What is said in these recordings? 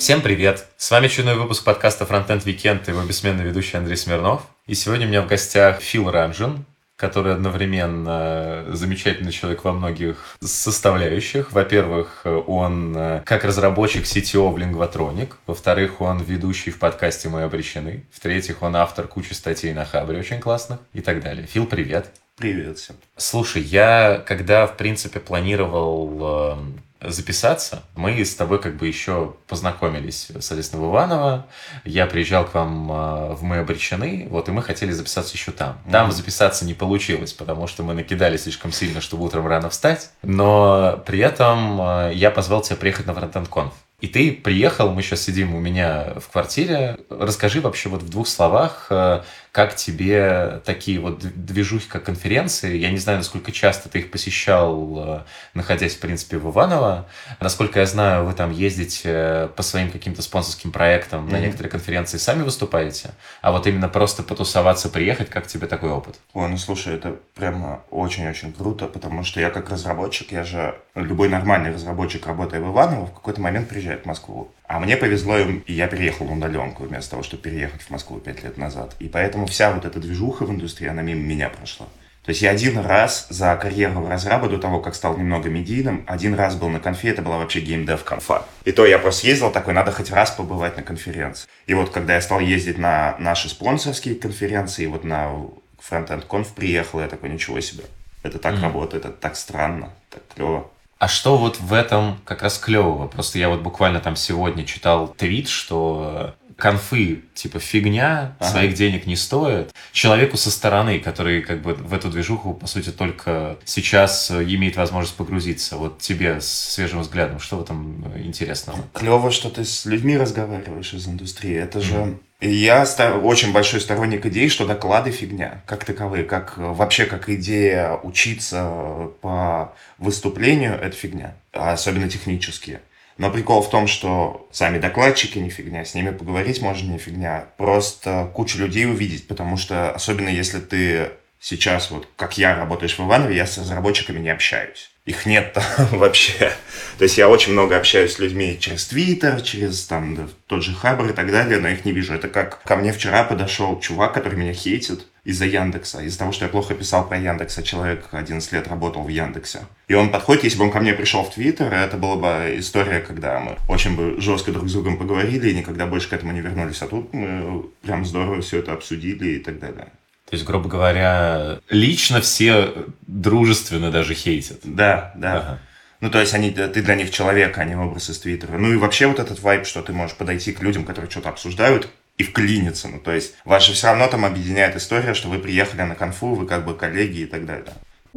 Всем привет! С вами очередной выпуск подкаста Frontend Weekend и его бессменный ведущий Андрей Смирнов. И сегодня у меня в гостях Фил Ранжин, который одновременно замечательный человек во многих составляющих. Во-первых, он как разработчик CTO в Lingvotronic. Во-вторых, он ведущий в подкасте «Мы обречены». В-третьих, он автор кучи статей на Хабре очень классных и так далее. Фил, привет! Привет всем. Слушай, я когда, в принципе, планировал записаться, мы с тобой как бы еще познакомились, соответственно, в Иваново. Я приезжал к вам в «Мы обречены», вот, и мы хотели записаться еще там. Там записаться не получилось, потому что мы накидали слишком сильно, чтобы утром рано встать. Но при этом я позвал тебя приехать на FrontendConf. И ты приехал, мы сейчас сидим у меня в квартире. Расскажи вообще вот в двух словах, как тебе такие вот движухи, как конференции. Я не знаю, насколько часто ты их посещал, находясь, в принципе, в Иваново. Насколько я знаю, вы там ездите по своим каким-то спонсорским проектам, на некоторые конференции сами выступаете. А вот именно просто потусоваться, приехать, как тебе такой опыт? Ой, ну слушай, это прямо очень-очень круто, потому что я как разработчик, я же любой нормальный разработчик, работая в Иваново, в какой-то момент приезжает в Москву. А мне повезло, и я переехал на удаленку, вместо того, чтобы переехать в Москву 5 лет назад. И поэтому вся вот эта движуха в индустрии, она мимо меня прошла. То есть я один раз за карьеру в разраба, до того, как стал немного медийным, один раз был на конфе, это была вообще геймдев конфа. И то я просто ездил такой, надо хоть раз побывать на конференции. И вот когда я стал ездить на наши спонсорские конференции, вот на FrontendConf приехал, я такой, ничего себе. Это так работает, это так странно, так клево. А что вот в этом как раз клевого? Просто я вот буквально там сегодня читал твит, что конфы типа фигня, своих денег не стоит. Человеку со стороны, который как бы в эту движуху, по сути, только сейчас имеет возможность погрузиться. Вот тебе с свежим взглядом, что в этом интересного? Клево, что ты с людьми разговариваешь из индустрии. Это же... И я очень большой сторонник идей, что доклады фигня, как таковые, как вообще как идея учиться по выступлению, это фигня, особенно технические. Но прикол в том, что сами докладчики не фигня, с ними поговорить можно не фигня, просто кучу людей увидеть, потому что особенно если ты сейчас, вот как я, работаешь в Иванове, я с разработчиками не общаюсь. Их нет там вообще. То есть я очень много общаюсь с людьми через Твиттер, через там тот же Хабр и так далее, но их не вижу. Это как ко мне вчера подошел чувак, который меня хейтит из-за Яндекса. Из-за того, что я плохо писал про Яндекс, а человек 11 лет работал в Яндексе. И он подходит, если бы он ко мне пришел в Твиттер, это была бы история, когда мы очень бы жестко друг с другом поговорили и никогда больше к этому не вернулись. А тут мы прям здорово все это обсудили и так далее. То есть, грубо говоря, лично все дружественно даже хейтят. Да. Ага. Ну, то есть, ты для них человек, а не образ из Твиттера. Ну, и вообще вот этот вайб, что ты можешь подойти к людям, которые что-то обсуждают, и вклиниться. Ну, то есть, вас же все равно там объединяет история, что вы приехали на конфу, вы как бы коллеги и так далее.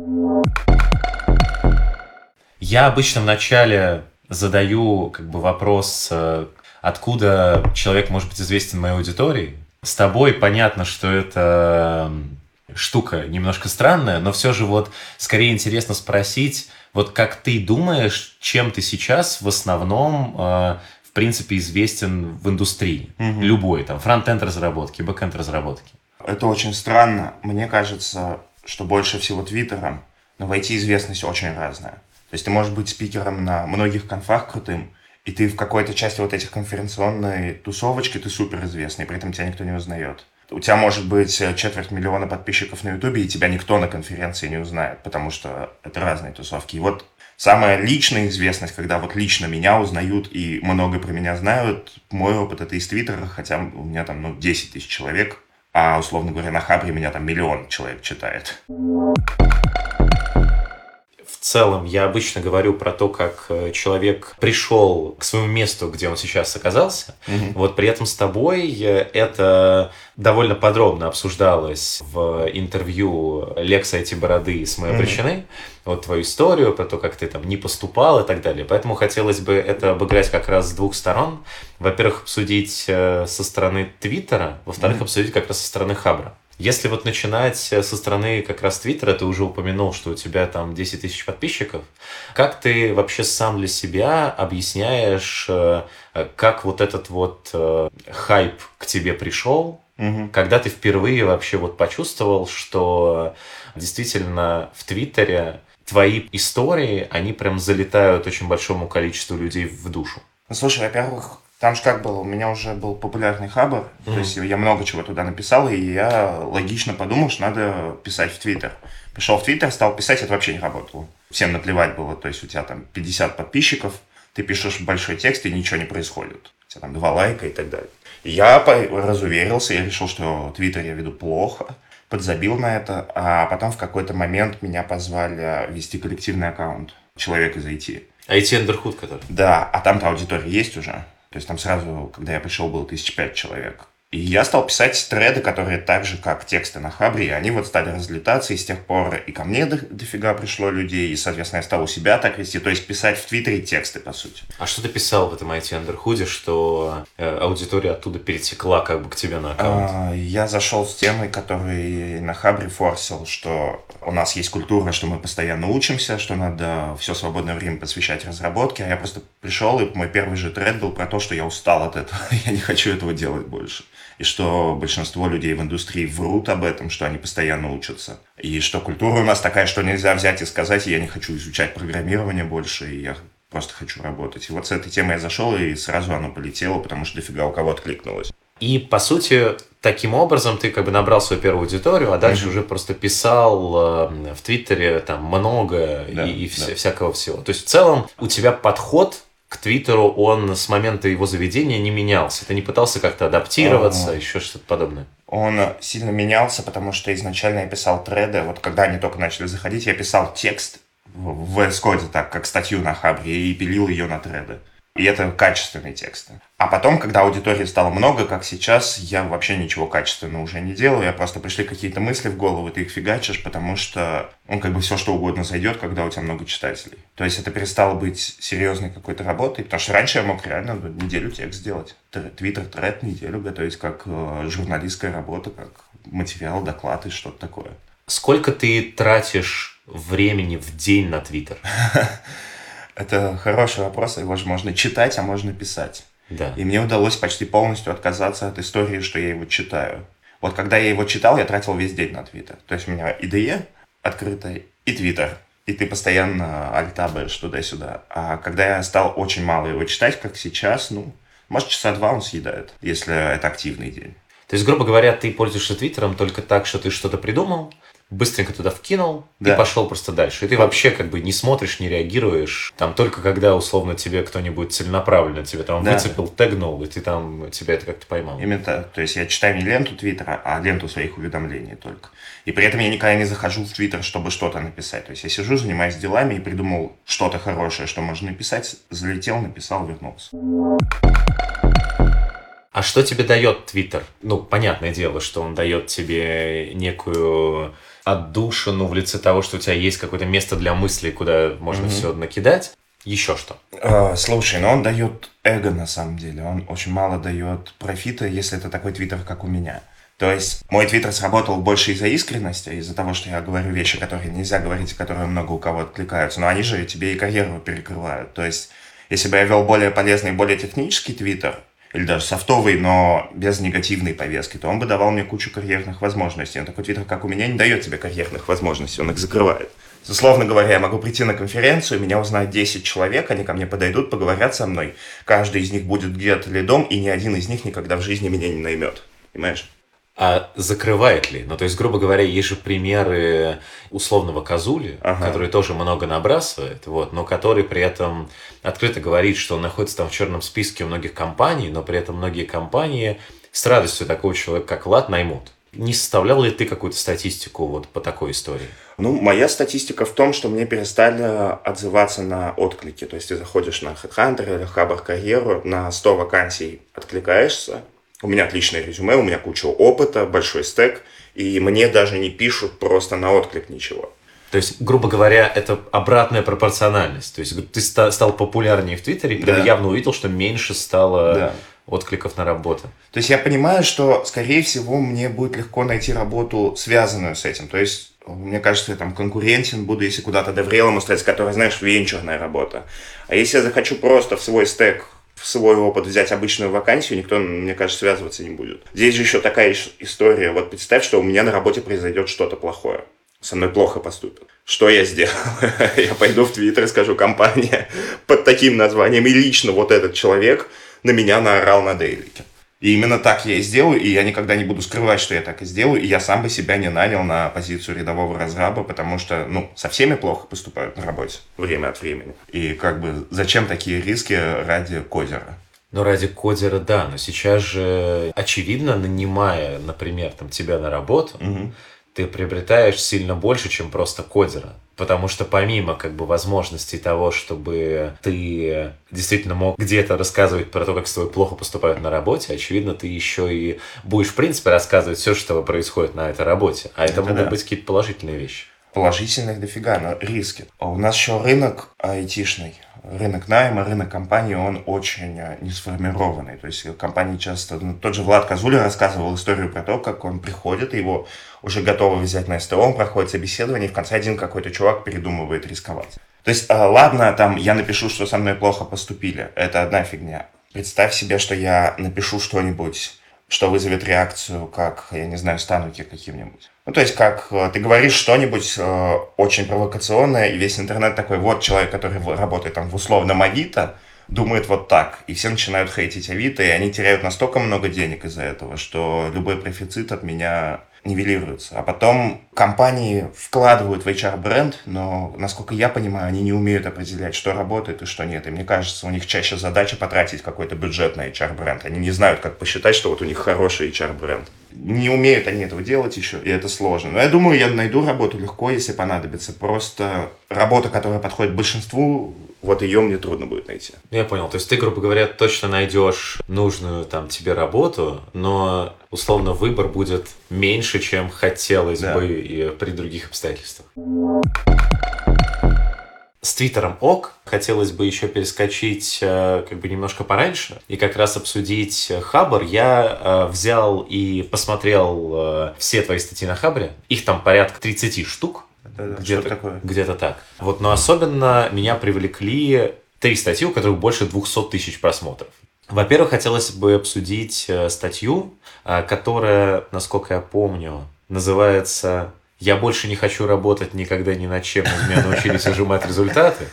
Я обычно вначале задаю как бы вопрос, откуда человек может быть известен моей аудитории. С тобой понятно, что это штука немножко странная, но все же вот скорее интересно спросить, вот как ты думаешь, чем ты сейчас в основном, в принципе, известен в индустрии? Любой, там, фронт-энд разработки, бэк-энд разработки. Это очень странно. Мне кажется, что больше всего Твиттером, но в IT-известность очень разная. То есть ты можешь быть спикером на многих конфах крутым, и ты в какой-то части вот этих конференционной тусовочки ты суперизвестный, при этом тебя никто не узнает. У тебя может быть 250 000 подписчиков на Ютубе, и тебя никто на конференции не узнает, потому что это разные тусовки. И вот самая личная известность, когда вот лично меня узнают и много про меня знают, мой опыт это из Твиттера, хотя у меня там 10 000 человек, а условно говоря на Хабре меня там 1 000 000 человек читает. В целом, я обычно говорю про то, как человек пришел к своему месту, где он сейчас оказался. Вот при этом с тобой это довольно подробно обсуждалось в интервью Лекса эти бороды с «Мы обречены». Вот твою историю, про то, как ты там не поступал и так далее. Поэтому хотелось бы это обыграть как раз с двух сторон. Во-первых, обсудить со стороны Твиттера, во-вторых, обсудить как раз со стороны Хабра. Если вот начинать со стороны как раз Твиттера, ты уже упомянул, что у тебя там 10 000 подписчиков. Как ты вообще сам для себя объясняешь, как вот этот вот хайп к тебе пришел, когда ты впервые вообще вот почувствовал, что действительно в Твиттере твои истории, они прям залетают очень большому количеству людей в душу? Ну, слушай, во-первых, Там же как было, у меня уже был популярный Хабр, то есть я много чего туда написал, и я логично подумал, что надо писать в Твиттер. Пришел в Твиттер, стал писать, это вообще не работало. Всем наплевать было, то есть у тебя там 50 подписчиков, ты пишешь большой текст, и ничего не происходит. У тебя там 2 лайка и так далее. И я разуверился, я решил, что Твиттер я веду плохо, подзабил на это, а потом в какой-то момент меня позвали вести коллективный аккаунт, человек из IT. IT Underhood, который? Да, а там-то аудитория есть уже. То есть там сразу, когда я пришел, было 1005 человек. И я стал писать треды, которые так же, как тексты на Хабре, и они вот стали разлетаться, и с тех пор и ко мне дофига пришло людей, и, соответственно, я стал у себя так вести, то есть писать в Твиттере тексты, по сути. А что ты писал в этом IT Underhood, что аудитория оттуда перетекла как бы к тебе на аккаунт? Я зашел с темой, который на Хабре форсил, что у нас есть культура, что мы постоянно учимся, что надо все свободное время посвящать разработке, а я просто пришел, и мой первый же тред был про то, что я устал от этого, я не хочу этого делать больше. И что большинство людей в индустрии врут об этом, что они постоянно учатся. И что культура у нас такая, что нельзя взять и сказать, я не хочу изучать программирование больше, и я просто хочу работать. И вот с этой темой я зашел, и сразу оно полетело, потому что дофига у кого откликнулось. И, по сути, таким образом ты как бы набрал свою первую аудиторию, а дальше уже просто писал в Твиттере там много всякого всего. То есть, в целом, у тебя подход к Твиттеру, он с момента его заведения не менялся. Ты не пытался как-то адаптироваться, еще что-то подобное? Он сильно менялся, потому что изначально я писал треды. Вот когда они только начали заходить, я писал текст в VS Code, так как статью на Хабре, и пилил ее на треды. И это качественные тексты. А потом, когда аудитории стало много, как сейчас, я вообще ничего качественного уже не делаю. Я просто пришли какие-то мысли в голову, ты их фигачишь, потому что как бы все что угодно зайдет, когда у тебя много читателей. То есть это перестало быть серьезной какой-то работой, потому что раньше я мог реально неделю текст сделать. Твиттер, тред, неделю готовить как журналистская работа, как материал, доклад и что-то такое. Сколько ты тратишь времени в день на Твиттер? Это хороший вопрос, его же можно читать, а можно писать. Да. И мне удалось почти полностью отказаться от истории, что я его читаю. Вот когда я его читал, я тратил весь день на Твиттер. То есть у меня IDE открыто, и Твиттер. И ты постоянно альтабаешь туда-сюда. А когда я стал очень мало его читать, как сейчас, может, часа 2 он съедает, если это активный день. То есть, грубо говоря, ты пользуешься Твиттером только так, что ты что-то придумал, быстренько туда вкинул, и пошел просто дальше. И ты вообще как бы не смотришь, не реагируешь. Там только когда, условно, тебе кто-нибудь целенаправленно тебе там выцепил, тегнул, и ты там, тебя это как-то поймал. Именно так. То есть я читаю не ленту Твиттера, а ленту своих уведомлений только. И при этом я никогда не захожу в Твиттер, чтобы что-то написать. То есть я сижу, занимаюсь делами и придумал что-то хорошее, что можно написать, залетел, написал, вернулся. А что тебе дает Твиттер? Понятное дело, что он дает тебе некую отдушину в лице того, что у тебя есть какое-то место для мыслей, куда можно все накидать. Еще что? Слушай, он дает эго на самом деле. Он очень мало дает профита, если это такой Твиттер, как у меня. То есть мой Твиттер сработал больше из-за искренности, из-за того, что я говорю вещи, которые нельзя говорить, и которые много у кого откликаются. Но они же тебе и карьеру перекрывают. То есть если бы я вел более полезный, более технический Твиттер, или даже софтовый, но без негативной повестки, то он бы давал мне кучу карьерных возможностей. Но такой Твиттер, как у меня, не дает тебе карьерных возможностей, он их закрывает. Условно говоря, я могу прийти на конференцию, меня узнают 10 человек, они ко мне подойдут, поговорят со мной. Каждый из них будет где-то лидом, и ни один из них никогда в жизни меня не наймет. Понимаешь? А закрывает ли? То есть, грубо говоря, есть же примеры условного Козули, который тоже много набрасывает, но который при этом открыто говорит, что он находится там в черном списке у многих компаний, но при этом многие компании с радостью такого человека, как Влад, наймут. Не составлял ли ты какую-то статистику по такой истории? Моя статистика в том, что мне перестали отзываться на отклики. То есть ты заходишь на HeadHunter или Хабр Карьеру, на 100 вакансий откликаешься. У меня отличное резюме, у меня куча опыта, большой стек, и мне даже не пишут просто на отклик ничего. То есть, грубо говоря, это обратная пропорциональность. То есть ты стал популярнее в Твиттере, и ты явно увидел, что меньше стало откликов на работу. То есть я понимаю, что, скорее всего, мне будет легко найти работу, связанную с этим. То есть, мне кажется, я там конкурентен буду, если куда-то деврелом устроиться, которая, знаешь, венчурная работа. А если я захочу просто в свой стек, в свой опыт взять обычную вакансию, никто, мне кажется, связываться не будет. Здесь же еще такая история. Вот представь, что у меня на работе произойдет что-то плохое. Со мной плохо поступят. Что я сделаю? Я пойду в Твиттер и скажу: компания под таким названием, и лично вот этот человек на меня наорал на дейлике. И именно так я и сделаю, и я никогда не буду скрывать, что я так и сделаю, и я сам бы себя не нанял на позицию рядового разраба, потому что, со всеми плохо поступают на работе время от времени. И зачем такие риски ради кодера? Ну, ради кодера, да, но сейчас же, очевидно, нанимая, например, тебя на работу, ты приобретаешь сильно больше, чем просто кодера. Потому что помимо возможностей того, чтобы ты действительно мог где-то рассказывать про то, как с тобой плохо поступают на работе, очевидно, ты еще и будешь, в принципе, рассказывать все, что происходит на этой работе. А это могут быть какие-то положительные вещи. Положительных дофига, но риски. У нас еще рынок айтишный. Рынок найма, рынок компаний, он очень не сформированный. То есть компании часто... тот же Влад Козуля рассказывал историю про то, как он приходит, и его уже готовы взять на СТО, он проходит собеседование, и в конце один какой-то чувак передумывает рисковать. То есть, ладно, я напишу, что со мной плохо поступили. Это одна фигня. Представь себе, что я напишу что-нибудь, что вызовет реакцию, как, я не знаю, стануки каким-нибудь. То есть, как ты говоришь что-нибудь очень провокационное, и весь интернет такой, вот человек, который работает в условном Авито, думает вот так. И все начинают хейтить Авито, и они теряют настолько много денег из-за этого, что любой профицит от меня нивелируется. А потом компании вкладывают в HR-бренд, но, насколько я понимаю, они не умеют определять, что работает и что нет. И мне кажется, у них чаще задача потратить какой-то бюджет на HR-бренд. Они не знают, как посчитать, что вот у них хороший HR-бренд. Не умеют они этого делать еще, и это сложно. Но я думаю, я найду работу легко, если понадобится. Просто работа, которая подходит большинству, вот ее мне трудно будет найти. Я понял. То есть ты, грубо говоря, точно найдешь нужную тебе работу, но условно выбор будет меньше, чем хотелось бы и при других обстоятельствах. С Твиттером ок. Хотелось бы еще перескочить немножко пораньше и как раз обсудить Хабр. Я взял и посмотрел все твои статьи на Хабре. Их там порядка 30 штук. Где-то так. Но особенно меня привлекли 3 статьи, у которых больше 200 тысяч просмотров. Во-первых, хотелось бы обсудить статью, которая, насколько я помню, называется «Я больше не хочу работать никогда ни над чем, из меня научились ужимать результаты».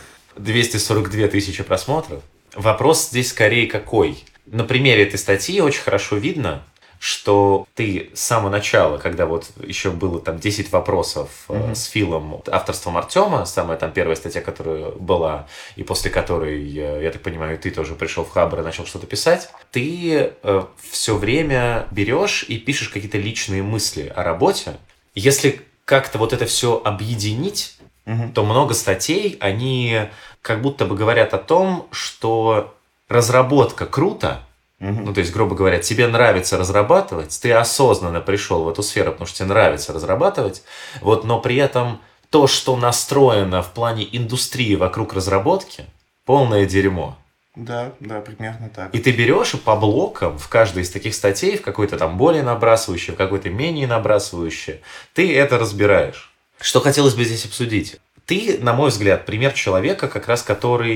242 тысячи просмотров. Вопрос здесь скорее какой? На примере этой статьи очень хорошо видно, что ты с самого начала, когда еще было 10 вопросов с Филом, авторством Артема, самая первая статья, которая была, и после которой, я так понимаю, ты тоже пришел в Хабр и начал что-то писать, ты все время берешь и пишешь какие-то личные мысли о работе. Если как-то это все объединить, то много статей, они как будто бы говорят о том, что разработка круто. То есть, грубо говоря, тебе нравится разрабатывать, ты осознанно пришел в эту сферу, потому что тебе нравится разрабатывать, но при этом то, что настроено в плане индустрии вокруг разработки, полное дерьмо. Да, примерно так. И ты берешь и по блокам в каждой из таких статей, в какой-то более набрасывающей, в какой-то менее набрасывающей, ты это разбираешь. Что хотелось бы здесь обсудить? Ты, на мой взгляд, пример человека, как раз который,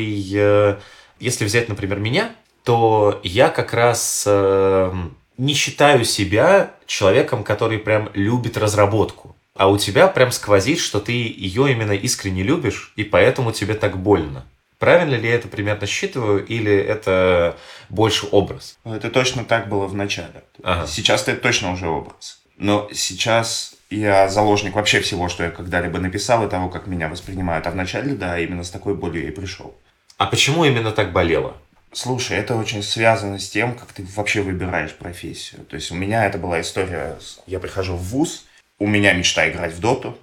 если взять, например, меня, то я как раз не считаю себя человеком, который прям любит разработку. А у тебя прям сквозит, что ты ее именно искренне любишь, и поэтому тебе так больно. Правильно ли я это примерно считываю, или это больше образ? Это точно так было в начале. Ага. Сейчас это точно уже образ. Но сейчас я заложник вообще всего, что я когда-либо написал, и того, как меня воспринимают. А в начале, да, именно с такой болью я и пришел. А почему именно так болело? Слушай, это очень связано с тем, как ты вообще выбираешь профессию. То есть у меня это была история, я прихожу в вуз, у меня мечта играть в доту,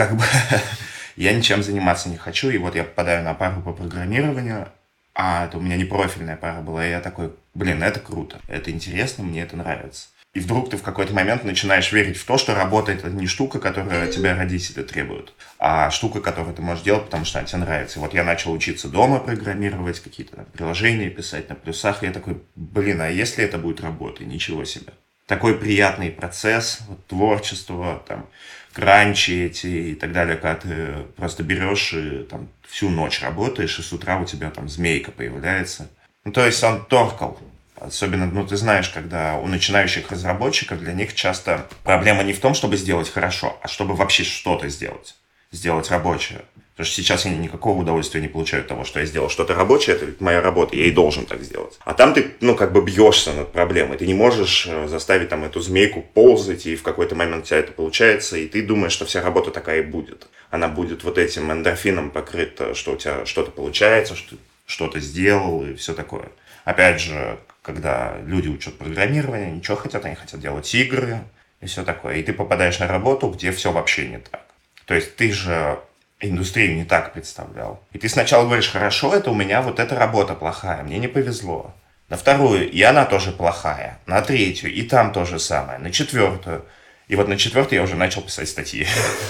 я ничем заниматься не хочу, и я попадаю на пару по программированию, а это у меня не профильная пара была, и я такой, это круто, это интересно, мне это нравится. И вдруг ты в какой-то момент начинаешь верить в то, что работа — это не штука, которую от тебя родители требуют, а штука, которую ты можешь делать, потому что она тебе нравится. И я начал учиться дома программировать, какие-то приложения писать на плюсах, и я такой, а если это будет работой? Ничего себе. Такой приятный процесс, творчество, кранчи эти и так далее, когда ты просто берешь и всю ночь работаешь, и с утра у тебя змейка появляется. То есть он торкал. Особенно, ты знаешь, когда у начинающих разработчиков, для них часто проблема не в том, чтобы сделать хорошо, а чтобы вообще что-то сделать рабочее. Потому что сейчас я никакого удовольствия не получаю от того, что я сделал что-то рабочее, это моя работа, я и должен так сделать. А там ты, как бы бьешься над проблемой. Ты не можешь заставить там эту змейку ползать, и в какой-то момент у тебя это получается, и ты думаешь, что вся работа такая и будет. Она будет вот этим эндорфином покрыта, что у тебя что-то получается, что ты что-то сделал и все такое. Опять же, когда люди учат программирование, ничего хотят, они хотят делать игры и все такое. И ты попадаешь на работу, где все вообще не так. То есть ты же индустрию не так представлял. И ты сначала говоришь, хорошо, это у меня вот эта работа плохая, мне не повезло. На вторую, и она тоже плохая. На третью, и там то же самое. На четвертую. И вот на четвертую я уже начал писать статьи.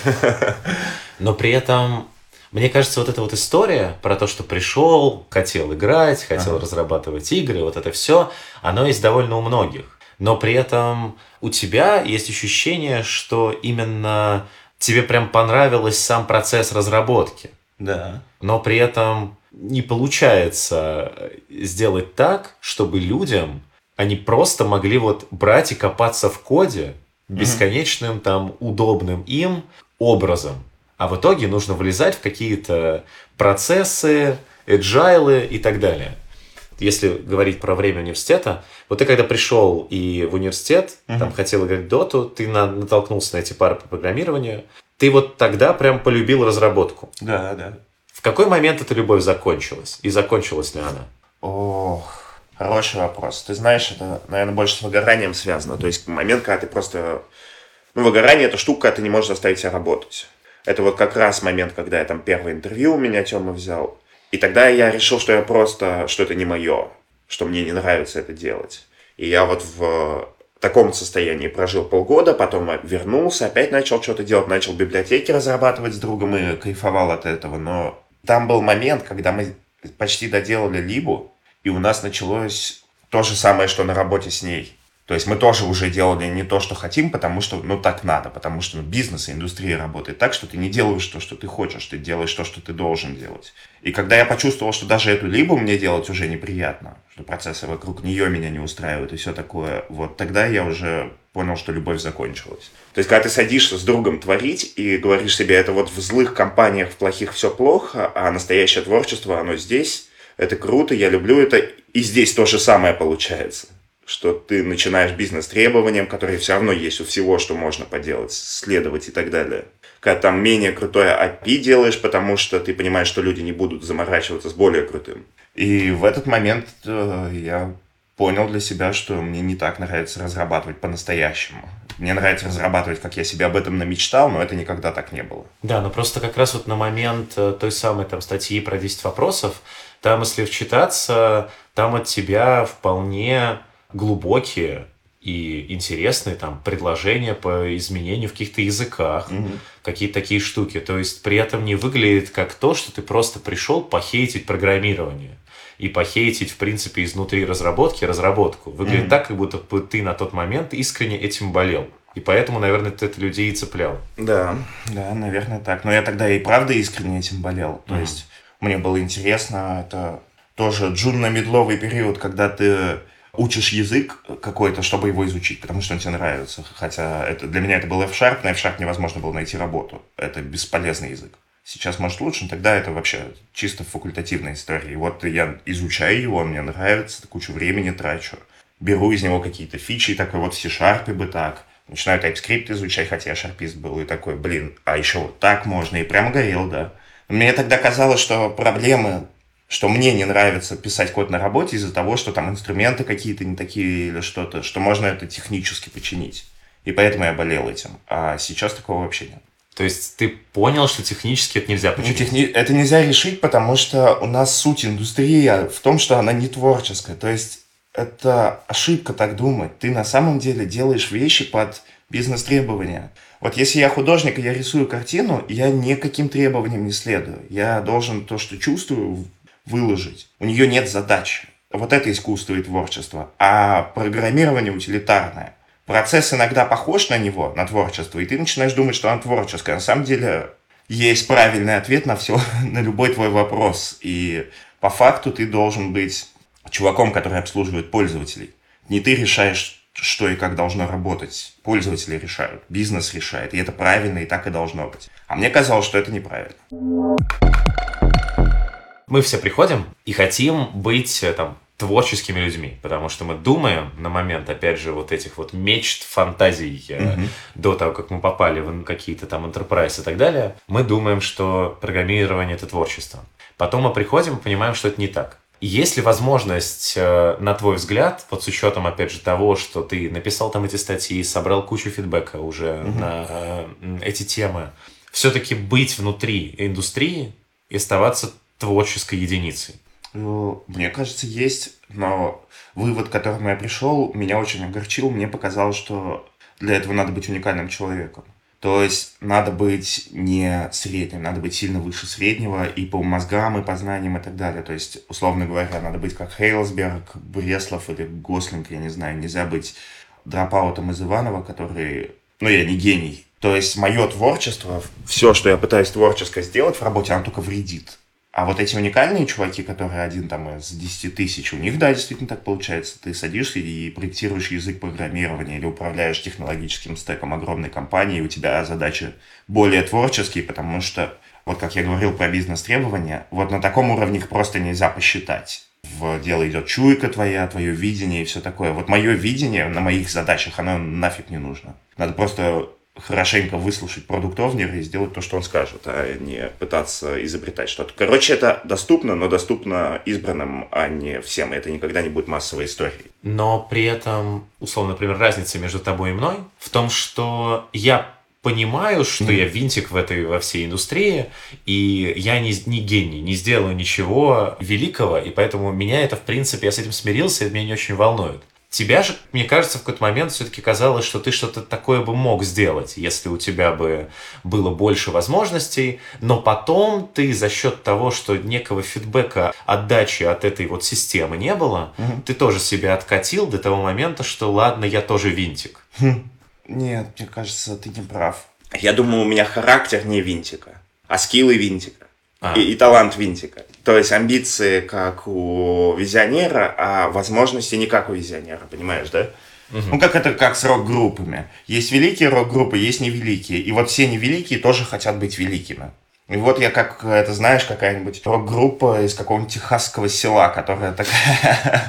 Но при этом, мне кажется, вот эта вот история про то, что пришел, хотел играть, хотел разрабатывать игры, вот это все, оно есть довольно у многих. Но при этом у тебя есть ощущение, что именно тебе прям понравился сам процесс разработки. Да. Но при этом не получается сделать так, чтобы людям они просто могли вот брать и копаться в коде бесконечным там удобным им образом. А в итоге нужно влезать в какие-то процессы, agile и так далее. Если говорить про время университета, вот ты когда пришел и в университет, там хотел играть доту, ты натолкнулся на эти пары по программированию, ты вот тогда прям полюбил разработку. Да, да. В какой момент эта любовь закончилась? И закончилась ли она? Ох, хороший вопрос. Ты знаешь, это, наверное, больше с выгоранием связано. То есть момент, когда ты просто... выгорание – это штука, когда ты не можешь заставить себя работать. Это вот как раз момент, когда я там первое интервью у меня Тёма взял. И тогда я решил, что что это не мое, что мне не нравится это делать. И я вот в таком состоянии прожил полгода, потом вернулся, опять начал что-то делать, начал библиотеки разрабатывать с другом и кайфовал от этого. Но там был момент, когда мы почти доделали Либу, и у нас началось то же самое, что на работе с ней. То есть мы тоже уже делали не то, что хотим, потому что, так надо, потому что бизнес и индустрия работает так, что ты не делаешь то, что ты хочешь, ты делаешь то, что ты должен делать. И когда я почувствовал, что даже эту либу мне делать уже неприятно, что процессы вокруг нее меня не устраивают и все такое, вот тогда я уже понял, что любовь закончилась. То есть, когда ты садишься с другом творить и говоришь себе, это вот в злых компаниях, в плохих все плохо, а настоящее творчество, оно здесь, это круто, я люблю это, и здесь то же самое получается. Что ты начинаешь бизнес-требованиям, которые все равно есть у всего, что можно поделать, следовать и так далее. Когда там менее крутое API делаешь, потому что ты понимаешь, что люди не будут заморачиваться с более крутым. И в этот момент я понял для себя, что мне не так нравится разрабатывать по-настоящему. Мне нравится разрабатывать, как я себе об этом намечтал, но это никогда так не было. Да, но просто как раз вот на момент той самой там статьи про 10 вопросов, там, если вчитаться, там от тебя вполне глубокие и интересные там предложения по изменению в каких-то языках, какие-то такие штуки. То есть при этом не выглядит как то, что ты просто пришел похейтить программирование и похейтить, в принципе, изнутри разработку. Выглядит так, как будто ты на тот момент искренне этим болел. И поэтому, наверное, ты это людей и цеплял. Да, наверное, так. Но я тогда и правда искренне этим болел. То есть мне было интересно, это тоже джунно-медловый период, когда ты учишь язык какой-то, чтобы его изучить, потому что он тебе нравится. Хотя для меня это был F-Sharp, на F-Sharp невозможно было найти работу. Это бесполезный язык. Сейчас, может, лучше, но тогда это вообще чисто факультативная история. И вот я изучаю его, он мне нравится, кучу времени трачу. Беру из него какие-то фичи, и такой вот в C-Sharp бы так. Начинаю TypeScript изучать, хотя я шарпист был, и такой, а еще вот так можно, и прям горел, да. Мне тогда казалось, что проблемы... что мне не нравится писать код на работе из-за того, что там инструменты какие-то не такие или что-то, что можно это технически починить. И поэтому я болел этим. А сейчас такого вообще нет. То есть ты понял, что технически это нельзя починить? Это нельзя решить, потому что у нас суть индустрии в том, что она не творческая. То есть это ошибка так думать. Ты на самом деле делаешь вещи под бизнес-требования. Вот если я художник, и я рисую картину, я никаким требованиям не следую. Я должен то, что чувствую, выложить. У нее нет задачи. Вот это искусство и творчество. А программирование утилитарное. Процесс иногда похож на него, на творчество, и ты начинаешь думать, что оно творческое. На самом деле есть правильный ответ на все, на любой твой вопрос. И по факту ты должен быть чуваком, который обслуживает пользователей. Не ты решаешь, что и как должно работать. Пользователи решают, бизнес решает, и это правильно, и так и должно быть. А мне казалось, что это неправильно. Мы все приходим и хотим быть там творческими людьми, потому что мы думаем на момент, опять же, вот этих вот мечт, фантазий до того, как мы попали в какие-то там enterprise и так далее, мы думаем, что программирование — это творчество. Потом мы приходим и понимаем, что это не так. Есть ли возможность, на твой взгляд, вот с учетом, опять же, того, что ты написал там эти статьи, собрал кучу фидбэка уже на эти темы, все-таки быть внутри индустрии и оставаться творческой единицей? Мне кажется, есть, но вывод, к которому я пришел, меня очень огорчил. Мне показалось, что для этого надо быть уникальным человеком. То есть надо быть не средним, надо быть сильно выше среднего и по мозгам, и по знаниям, и так далее. То есть, условно говоря, надо быть как Хейлсберг, Бреслов или Гослинг, я не знаю. Нельзя быть дропаутом из Иванова, который... я не гений. То есть мое творчество, все, что я пытаюсь творческо сделать в работе, оно только вредит. А вот эти уникальные чуваки, которые один там из 10 тысяч, у них, да, действительно так получается. Ты садишься и проектируешь язык программирования или управляешь технологическим стеком огромной компании, и у тебя задачи более творческие, потому что, вот как я говорил про бизнес-требования, вот на таком уровне их просто нельзя посчитать. В дело идет чуйка твоя, твое видение и все такое. Вот мое видение на моих задачах, оно нафиг не нужно. Надо просто хорошенько выслушать продукт-овнера и сделать то, что он скажет, а не пытаться изобретать что-то. Короче, это доступно, но доступно избранным, а не всем. И это никогда не будет массовой историей. Но при этом, условно, например, разница между тобой и мной в том, что я понимаю, что я винтик во всей индустрии, и я не гений, не сделаю ничего великого, и поэтому меня это, в принципе, я с этим смирился, и это меня не очень волнует. Тебя же, мне кажется, в какой-то момент все-таки казалось, что ты что-то такое бы мог сделать, если у тебя бы было больше возможностей, но потом ты за счет того, что некого фидбэка, отдачи от этой вот системы не было, ты тоже себя откатил до того момента, что ладно, я тоже винтик. Нет, мне кажется, ты не прав. Я думаю, у меня характер не винтика, а скиллы винтика. И талант винтика. То есть амбиции как у визионера, а возможности не как у визионера, понимаешь, да? Как с рок-группами. Есть великие рок-группы, есть невеликие. И вот все невеликие тоже хотят быть великими. И вот я какая-нибудь рок-группа из какого-нибудь техасского села, которая такая...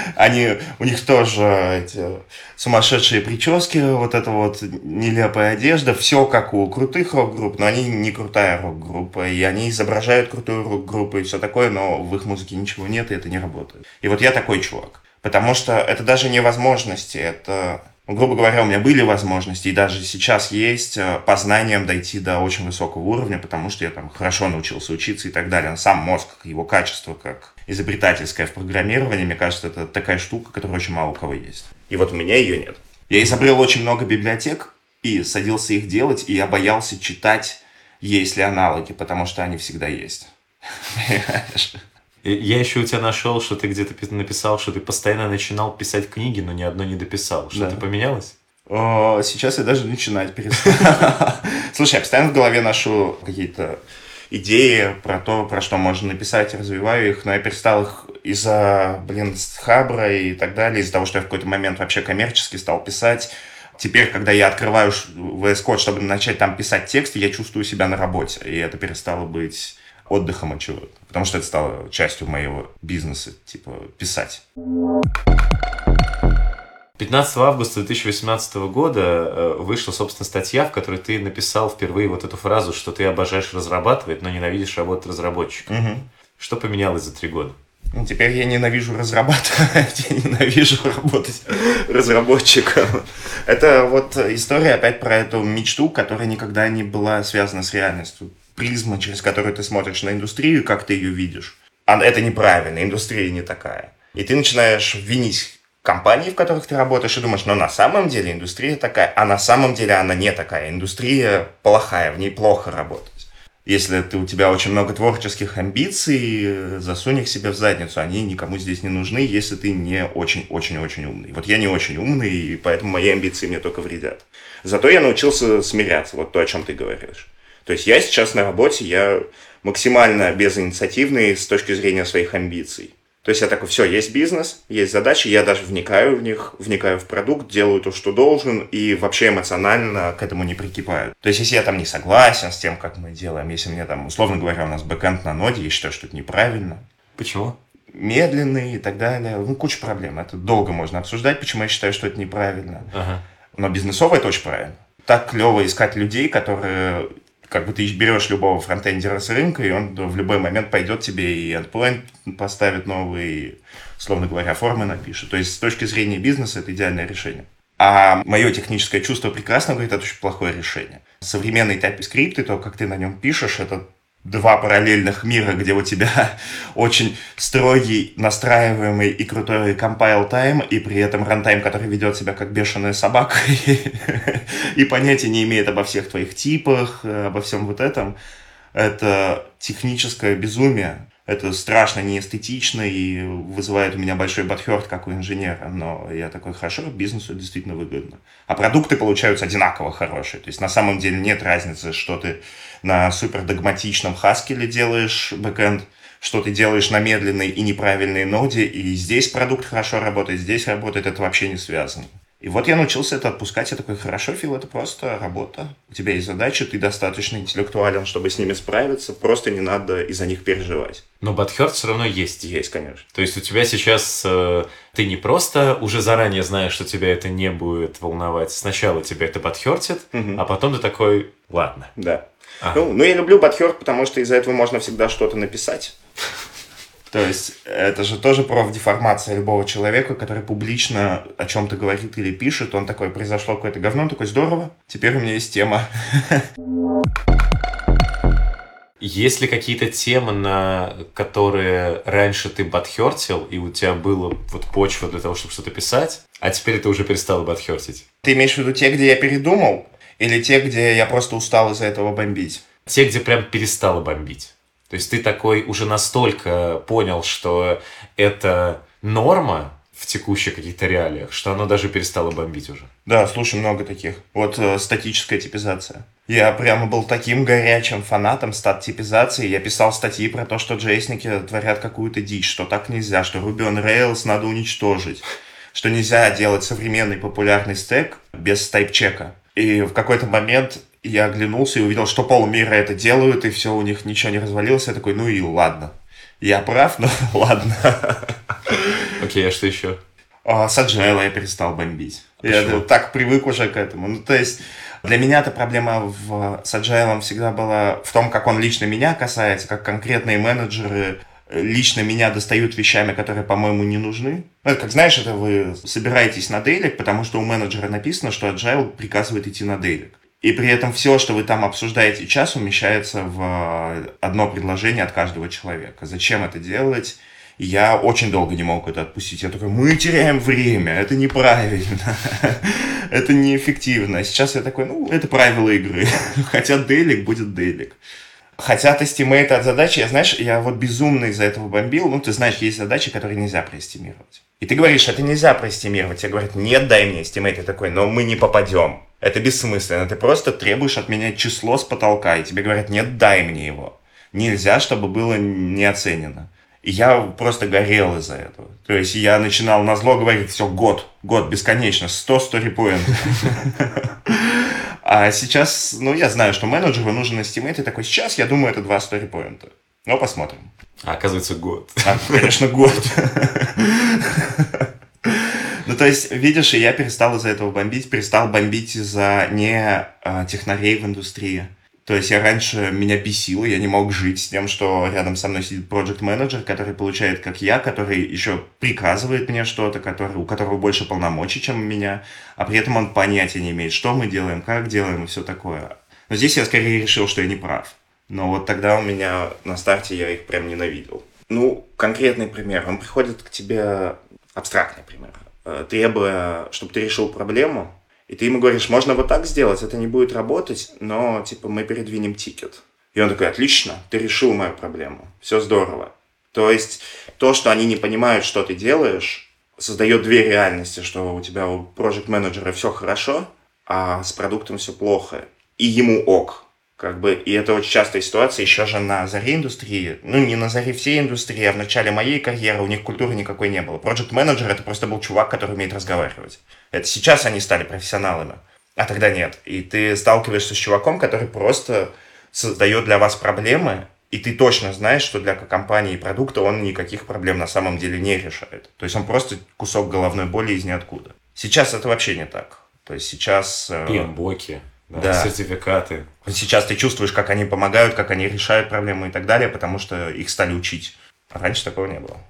У них тоже эти сумасшедшие прически, вот эта вот нелепая одежда, все как у крутых рок-групп, но они не крутая рок-группа, и они изображают крутую рок-группу и все такое, но в их музыке ничего нет, и это не работает. И вот я такой чувак. Потому что это даже не возможности, это... грубо говоря, у меня были возможности, и даже сейчас есть, по знаниям дойти до очень высокого уровня, потому что я там хорошо научился учиться и так далее. Но сам мозг, его качество, как изобретательское в программировании, мне кажется, это такая штука, которая очень мало у кого есть. И вот у меня ее нет. Я изобрел очень много библиотек и садился их делать, и я боялся читать, есть ли аналоги, потому что они всегда есть. Я еще у тебя нашел, что ты где-то написал, что ты постоянно начинал писать книги, но ни одной не дописал. Что-то поменялось? Сейчас я даже начинать перестал. Слушай, я постоянно в голове ношу какие-то идеи про то, про что можно написать, развиваю их, но я перестал их из-за, хабра и так далее, из-за того, что я в какой-то момент вообще коммерчески стал писать. Теперь, когда я открываю VS Code, чтобы начать там писать текст, я чувствую себя на работе, и это перестало быть отдыхом от чего-то, потому что это стало частью моего бизнеса, писать. 15 августа 2018 года вышла, собственно, статья, в которой ты написал впервые вот эту фразу, что ты обожаешь разрабатывать, но ненавидишь работать разработчиком. Что поменялось за 3 года? Теперь я ненавижу разрабатывать, я ненавижу работать разработчиком. Это вот история опять про эту мечту, которая никогда не была связана с реальностью. Призма, через которую ты смотришь на индустрию, как ты ее видишь. Это неправильно, индустрия не такая. И ты начинаешь винить компании, в которых ты работаешь, и думаешь, на самом деле индустрия такая, а на самом деле она не такая. Индустрия плохая, в ней плохо работать. Если у тебя очень много творческих амбиций, засунь их себе в задницу. Они никому здесь не нужны, если ты не очень-очень-очень умный. Вот я не очень умный, и поэтому мои амбиции мне только вредят. Зато я научился смиряться, вот то, о чем ты говоришь. То есть я сейчас на работе, я максимально безинициативный с точки зрения своих амбиций. То есть я такой, все, есть бизнес, есть задачи, я даже вникаю в них, вникаю в продукт, делаю то, что должен, и вообще эмоционально к этому не прикипаю. То есть если я там не согласен с тем, как мы делаем, если мне там, условно говоря, у нас бэкэнд на ноде, я считаю, что это неправильно. Почему? Медленный и так далее. Ну, куча проблем. Это долго можно обсуждать, почему я считаю, что это неправильно. Ага. Но бизнесово это очень правильно. Так клево искать людей, которые... Как бы ты берешь любого фронтендера с рынка, и он в любой момент пойдет тебе и endpoint поставит новые, условно говоря, формы напишет. То есть с точки зрения бизнеса это идеальное решение. А мое техническое чувство прекрасно говорит, это очень плохое решение. Современный TypeScript, и то, как ты на нем пишешь, это два параллельных мира, где у тебя очень строгий, настраиваемый и крутой compile time, и при этом runtime, который ведет себя как бешеная собака, и понятия не имеет обо всех твоих типах, обо всем вот этом. Это техническое безумие. Это страшно неэстетично и вызывает у меня большой бадхёрт, как у инженера. Но я такой, хорошо, бизнесу действительно выгодно. А продукты получаются одинаково хорошие. То есть на самом деле нет разницы, что ты на супердогматичном Haskell делаешь бэкэнд, что ты делаешь на медленной и неправильной ноде, и здесь продукт хорошо работает, здесь работает, это вообще не связано. И вот я научился это отпускать, я такой, хорошо, Фил, это просто работа. У тебя есть задачи, ты достаточно интеллектуален, чтобы с ними справиться, просто не надо из-за них переживать. Но бадхёрт все равно есть. Есть, конечно. То есть у тебя сейчас, ты не просто уже заранее знаешь, что тебя это не будет волновать, сначала тебя это бадхёртит, а потом ты такой, ладно. Да. Ну, я люблю бадхёрт, потому что из-за этого можно всегда что-то написать. То есть это же тоже профдеформация любого человека, который публично о чем-то говорит или пишет. Он такой, произошло какое-то говно, он такой, здорово, теперь у меня есть тема. Есть ли какие-то темы, на которые раньше ты бадхёртил, и у тебя была вот почва для того, чтобы что-то писать, а теперь ты уже перестал бадхёртить? Ты имеешь в виду те, где я передумал, или те, где я просто устал из-за этого бомбить? Те, где прям перестало бомбить. То есть ты такой уже настолько понял, что это норма в текущих каких-то реалиях, что оно даже перестало бомбить уже. Да, слушай, много таких. Вот статическая типизация. Я прямо был таким горячим фанатом стат-типизации. Я писал статьи про то, что джейсники творят какую-то дичь, что так нельзя, что Ruby on Rails надо уничтожить, что нельзя делать современный популярный стек без тайп-чека. И в какой-то момент я оглянулся и увидел, что полмира это делают, и все, у них ничего не развалилось. Я такой, ну и ладно. Я прав, но ладно. Окей, а что еще? С Agile я перестал бомбить. Почему? Я так привык уже к этому. Ну, то есть, для меня эта проблема с Agile всегда была в том, как он лично меня касается, как конкретные менеджеры лично меня достают вещами, которые, по-моему, не нужны. Это, как знаешь, это вы собираетесь на дейлик, потому что у менеджера написано, что Agile приказывает идти на дейлик. И при этом все, что вы там обсуждаете час, умещается в одно предложение от каждого человека. Зачем это делать? Я очень долго не мог это отпустить. Я такой, мы теряем время, это неправильно, это неэффективно. Сейчас я такой, ну, это правила игры. Хотят дейлик, будет дейлик. Хотят эстимейты от задачи. Я вот безумно из-за этого бомбил. Ну, ты знаешь, есть задачи, которые нельзя проэстимировать. И ты говоришь, это нельзя проэстимировать. Тебе говорят, нет, дай мне эстимейт. Ты такой, но мы не попадем. Это бессмысленно. Ты просто требуешь от меня число с потолка. И тебе говорят, нет, дай мне его. Нельзя, чтобы было не оценено. И я просто горел из-за этого. То есть я начинал назло говорить, все, год, бесконечно, 100 story-поинтов. А сейчас, ну, я знаю, что менеджеру нужен эстимейт, и такой, сейчас, я думаю, это 2 story-поинта. Но посмотрим. А оказывается, год. Конечно, год. Ну, то есть, видишь, и я перестал из-за этого бомбить, перестал бомбить из-за не технарей в индустрии. То есть я раньше меня бесило, я не мог жить с тем, что рядом со мной сидит проект-менеджер, который получает, как я, который еще приказывает мне что-то, у которого больше полномочий, чем у меня, а при этом он понятия не имеет, что мы делаем, как делаем и все такое. Но здесь я скорее решил, что я не прав. Но вот тогда у меня на старте я их прям ненавидел. Ну, конкретный пример. Он приходит к тебе, абстрактный пример, требуя, чтобы ты решил проблему. И ты ему говоришь, можно вот так сделать, это не будет работать, но, типа, мы передвинем тикет. И он такой, отлично, ты решил мою проблему, все здорово. То есть, то, что они не понимают, что ты делаешь, создает две реальности, что у тебя у проект-менеджера все хорошо, а с продуктом все плохо. И ему ок. И это очень частая ситуация, еще же на заре индустрии, не на заре всей индустрии, а в начале моей карьеры у них культуры никакой не было. Проджект-менеджер — это просто был чувак, который умеет разговаривать. Это сейчас они стали профессионалами, а тогда нет. И ты сталкиваешься с чуваком, который просто создает для вас проблемы, и ты точно знаешь, что для компании и продукта он никаких проблем на самом деле не решает. То есть он просто кусок головной боли из ниоткуда. Сейчас это вообще не так. То есть сейчас... PMBOK, да, сертификаты. Сейчас ты чувствуешь, как они помогают, как они решают проблемы и так далее, потому что их стали учить. А раньше такого не было.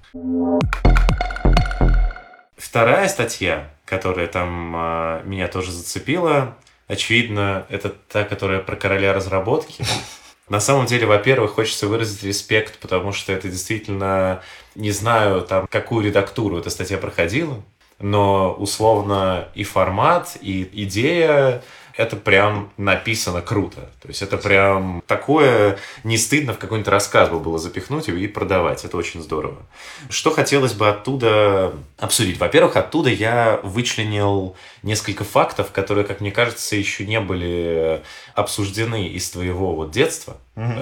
Вторая статья, которая там меня тоже зацепила, очевидно, это та, которая про короля разработки. На самом деле, во-первых, хочется выразить респект, потому что это действительно, не знаю, там, какую редактуру эта статья проходила, но условно и формат, и идея, это прям написано круто. То есть это прям такое не стыдно в какой-нибудь рассказ было запихнуть и продавать. Это очень здорово. Что хотелось бы оттуда обсудить? Во-первых, оттуда я вычленил несколько фактов, которые, как мне кажется, еще не были обсуждены из твоего детства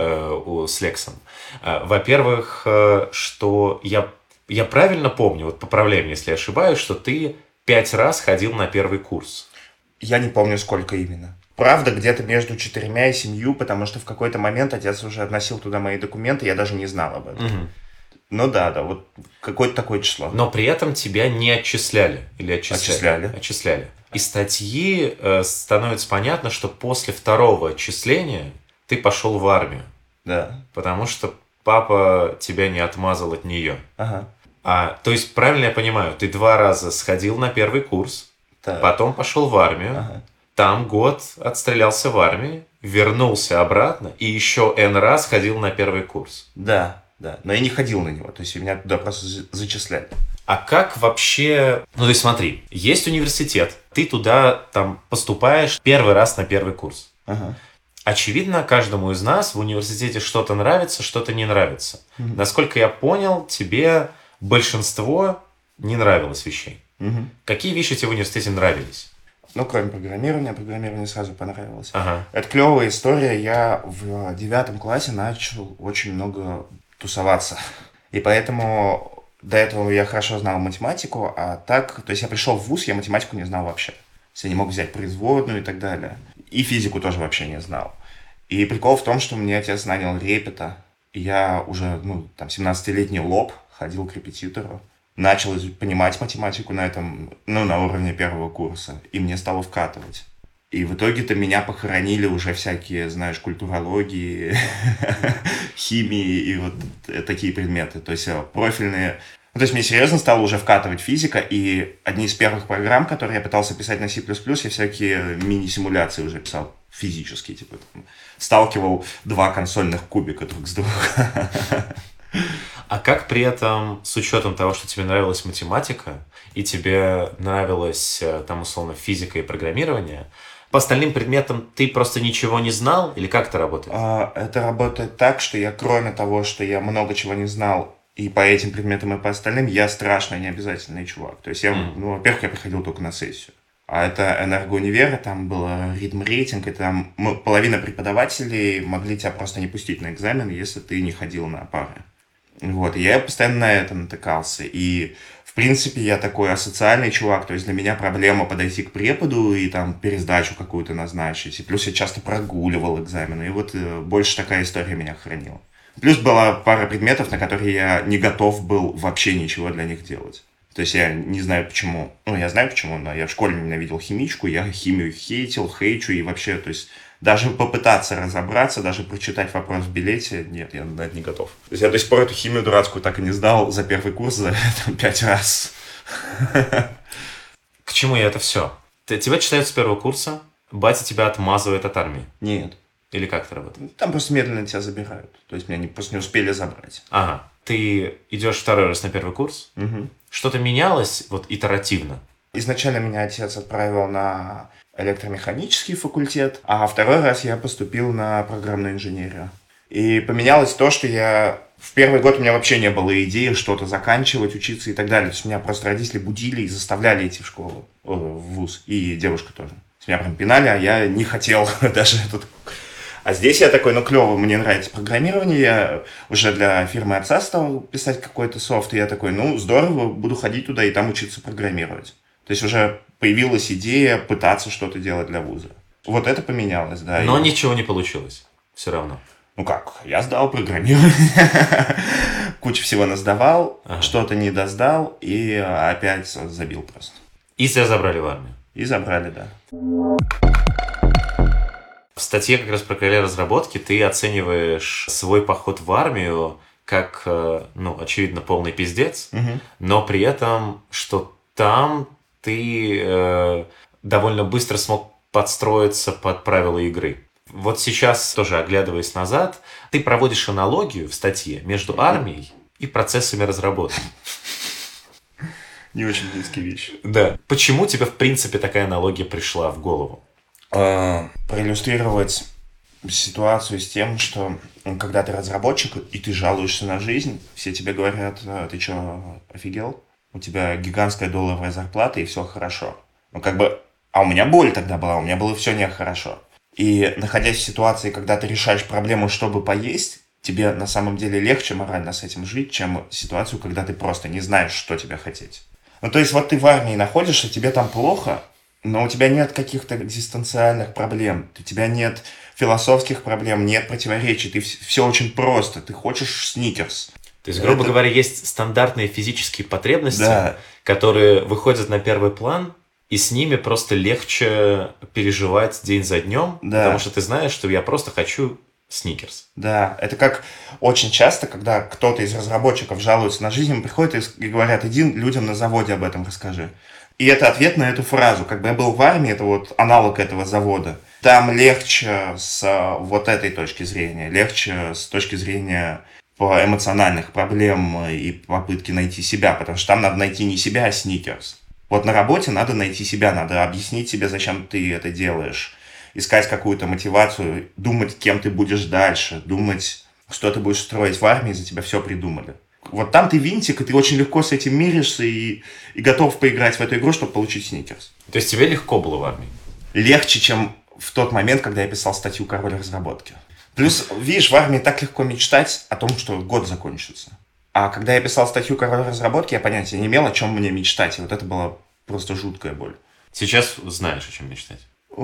с Лексом. Во-первых, что я правильно помню, поправляй меня, если я ошибаюсь, что ты 5 раз ходил на первый курс. Я не помню, сколько именно. Правда, где-то между 4 и 7, потому что в какой-то момент отец уже относил туда мои документы, я даже не знал об этом. Угу. Ну да, вот какое-то такое число. Но при этом тебя не отчисляли или отчисляли? Отчисляли. Из статьи становится понятно, что после 2-го отчисления ты пошел в армию. Да. Потому что папа тебя не отмазал от нее. Ага. То есть, правильно я понимаю, ты 2 раза сходил на первый курс, так. Потом пошел в армию, там год отстрелялся в армии, вернулся обратно и еще N раз ходил на первый курс. Да. Но я не ходил на него, то есть меня туда просто зачисляли. А как вообще... то есть смотри, есть университет, ты туда там поступаешь 1 раз на первый курс. Ага. Очевидно, каждому из нас в университете что-то нравится, что-то не нравится. Насколько я понял, тебе большинство не нравилось вещей. Какие вещи тебе в университете нравились? Кроме программирование сразу понравилось. Ага. Это клевая история. Я в 9 классе начал очень много тусоваться. И поэтому до этого я хорошо знал математику, а так, то есть я пришел в вуз, я математику не знал вообще. То есть я не мог взять производную и так далее. И физику тоже вообще не знал. И прикол в том, что мне отец нанял репета. И я уже, 17-летний лоб ходил к репетитору. Начал понимать математику на этом, на уровне 1-го курса. И мне стало вкатывать. И в итоге-то меня похоронили уже всякие, знаешь, культурологии, химии и вот такие предметы. То есть профильные. То есть мне серьезно стало уже вкатывать физика. И одни из первых программ, которые я пытался писать на C++, я всякие мини-симуляции уже писал физические. Сталкивал 2 консольных кубика друг с другом. А как при этом, с учетом того, что тебе нравилась математика, и тебе нравилась, условно, физика и программирование, по остальным предметам ты просто ничего не знал? Или как это работает? Это работает так, что я, кроме того, что я много чего не знал, и по этим предметам, и по остальным, я страшно необязательный чувак. То есть, во-первых, я приходил только на сессию. А это энергоунивер, там было ритм-рейтинг, и там половина преподавателей могли тебя просто не пустить на экзамен, если ты не ходил на пары. Вот, и я постоянно на это натыкался. И, в принципе, я такой асоциальный чувак. То есть для меня проблема подойти к преподу и там пересдачу какую-то назначить. И плюс я часто прогуливал экзамены. И вот больше такая история меня хранила. Плюс была пара предметов, на которые я не готов был вообще ничего для них делать. То есть я не знаю почему. Я знаю почему, но я в школе ненавидел химичку. Я химию хейчу и вообще, то есть... Даже попытаться разобраться, даже прочитать вопрос в билете, нет, я на это не готов. То есть я до сих пор эту химию дурацкую так и не сдал за 1-й курс, за 5 раз. К чему я это все? Тебя читают с 1-го курса, батя тебя отмазывает от армии? Нет. Или как это работает? Там просто медленно тебя забирают. То есть меня просто не успели забрать. Ага. Ты идешь 2-й раз на 1-й курс? Угу. Что-то менялось итеративно? Изначально меня отец отправил на электромеханический факультет, а 2-й раз я поступил на программную инженерию. И поменялось то, что в 1-й год у меня вообще не было идеи что-то заканчивать, учиться и так далее. То есть меня просто родители будили и заставляли идти в школу, в вуз, и девушка тоже. То есть меня прям пинали, а я не хотел даже А здесь я такой, ну, клево, мне нравится программирование, я уже для фирмы отца стал писать какой-то софт, и я такой, ну, здорово, буду ходить туда и там учиться программировать. То есть уже появилась идея пытаться что-то делать для вуза. Вот это поменялось, да. Но ничего не получилось все равно. Ну как, я сдал программирование, кучу всего насдавал, что-то не досдал и опять забил просто. И тебя забрали в армию. И забрали, да. В статье как раз про крылья разработки ты оцениваешь свой поход в армию как, ну, очевидно, полный пиздец, но при этом, что там ты довольно быстро смог подстроиться под правила игры. Вот сейчас, тоже оглядываясь назад, ты проводишь аналогию в статье между армией и процессами разработки. Не очень близкие вещи. Да. Почему тебе, в принципе, такая аналогия пришла в голову? Проиллюстрировать ситуацию с тем, что когда ты разработчик и ты жалуешься на жизнь, все тебе говорят, ты что, офигел? У тебя гигантская долларовая зарплата и все хорошо. Ну как бы, а у меня боль тогда была, у меня было все нехорошо. И находясь в ситуации, когда ты решаешь проблему, чтобы поесть, тебе на самом деле легче морально с этим жить, чем ситуацию, когда ты просто не знаешь, что тебе хотеть. Ну то есть вот ты в армии находишься, тебе там плохо, но у тебя нет каких-то экзистенциальных проблем, у тебя нет философских проблем, нет противоречий, все очень просто, ты хочешь сникерс. То есть, грубо говоря, есть стандартные физические потребности, которые выходят на первый план, и с ними просто легче переживать день за днем, потому что ты знаешь, что я просто хочу сникерс. Да, это как очень часто, когда кто-то из разработчиков жалуется на жизнь, им приходят и говорят, иди людям на заводе об этом расскажи. И это ответ на эту фразу. Когда я был в армии, это вот аналог этого завода. Там легче с вот этой точки зрения, легче с точки зрения по эмоциональных проблем и попытки найти себя, потому что там надо найти не себя, а сникерс. Вот на работе надо найти себя, надо объяснить себе, зачем ты это делаешь, искать какую-то мотивацию, думать, кем ты будешь дальше, думать, что ты будешь строить в армии, за тебя все придумали. Вот там ты винтик, и ты очень легко с этим миришься и готов поиграть в эту игру, чтобы получить сникерс. То есть тебе легко было в армии? Легче, чем в тот момент, когда я писал статью «Король разработки». Плюс, видишь, в армии так легко мечтать о том, что год закончится. А когда я писал статью «Король разработки», я понятия не имел, о чем мне мечтать. И вот это была просто жуткая боль. Сейчас знаешь, о чем мечтать?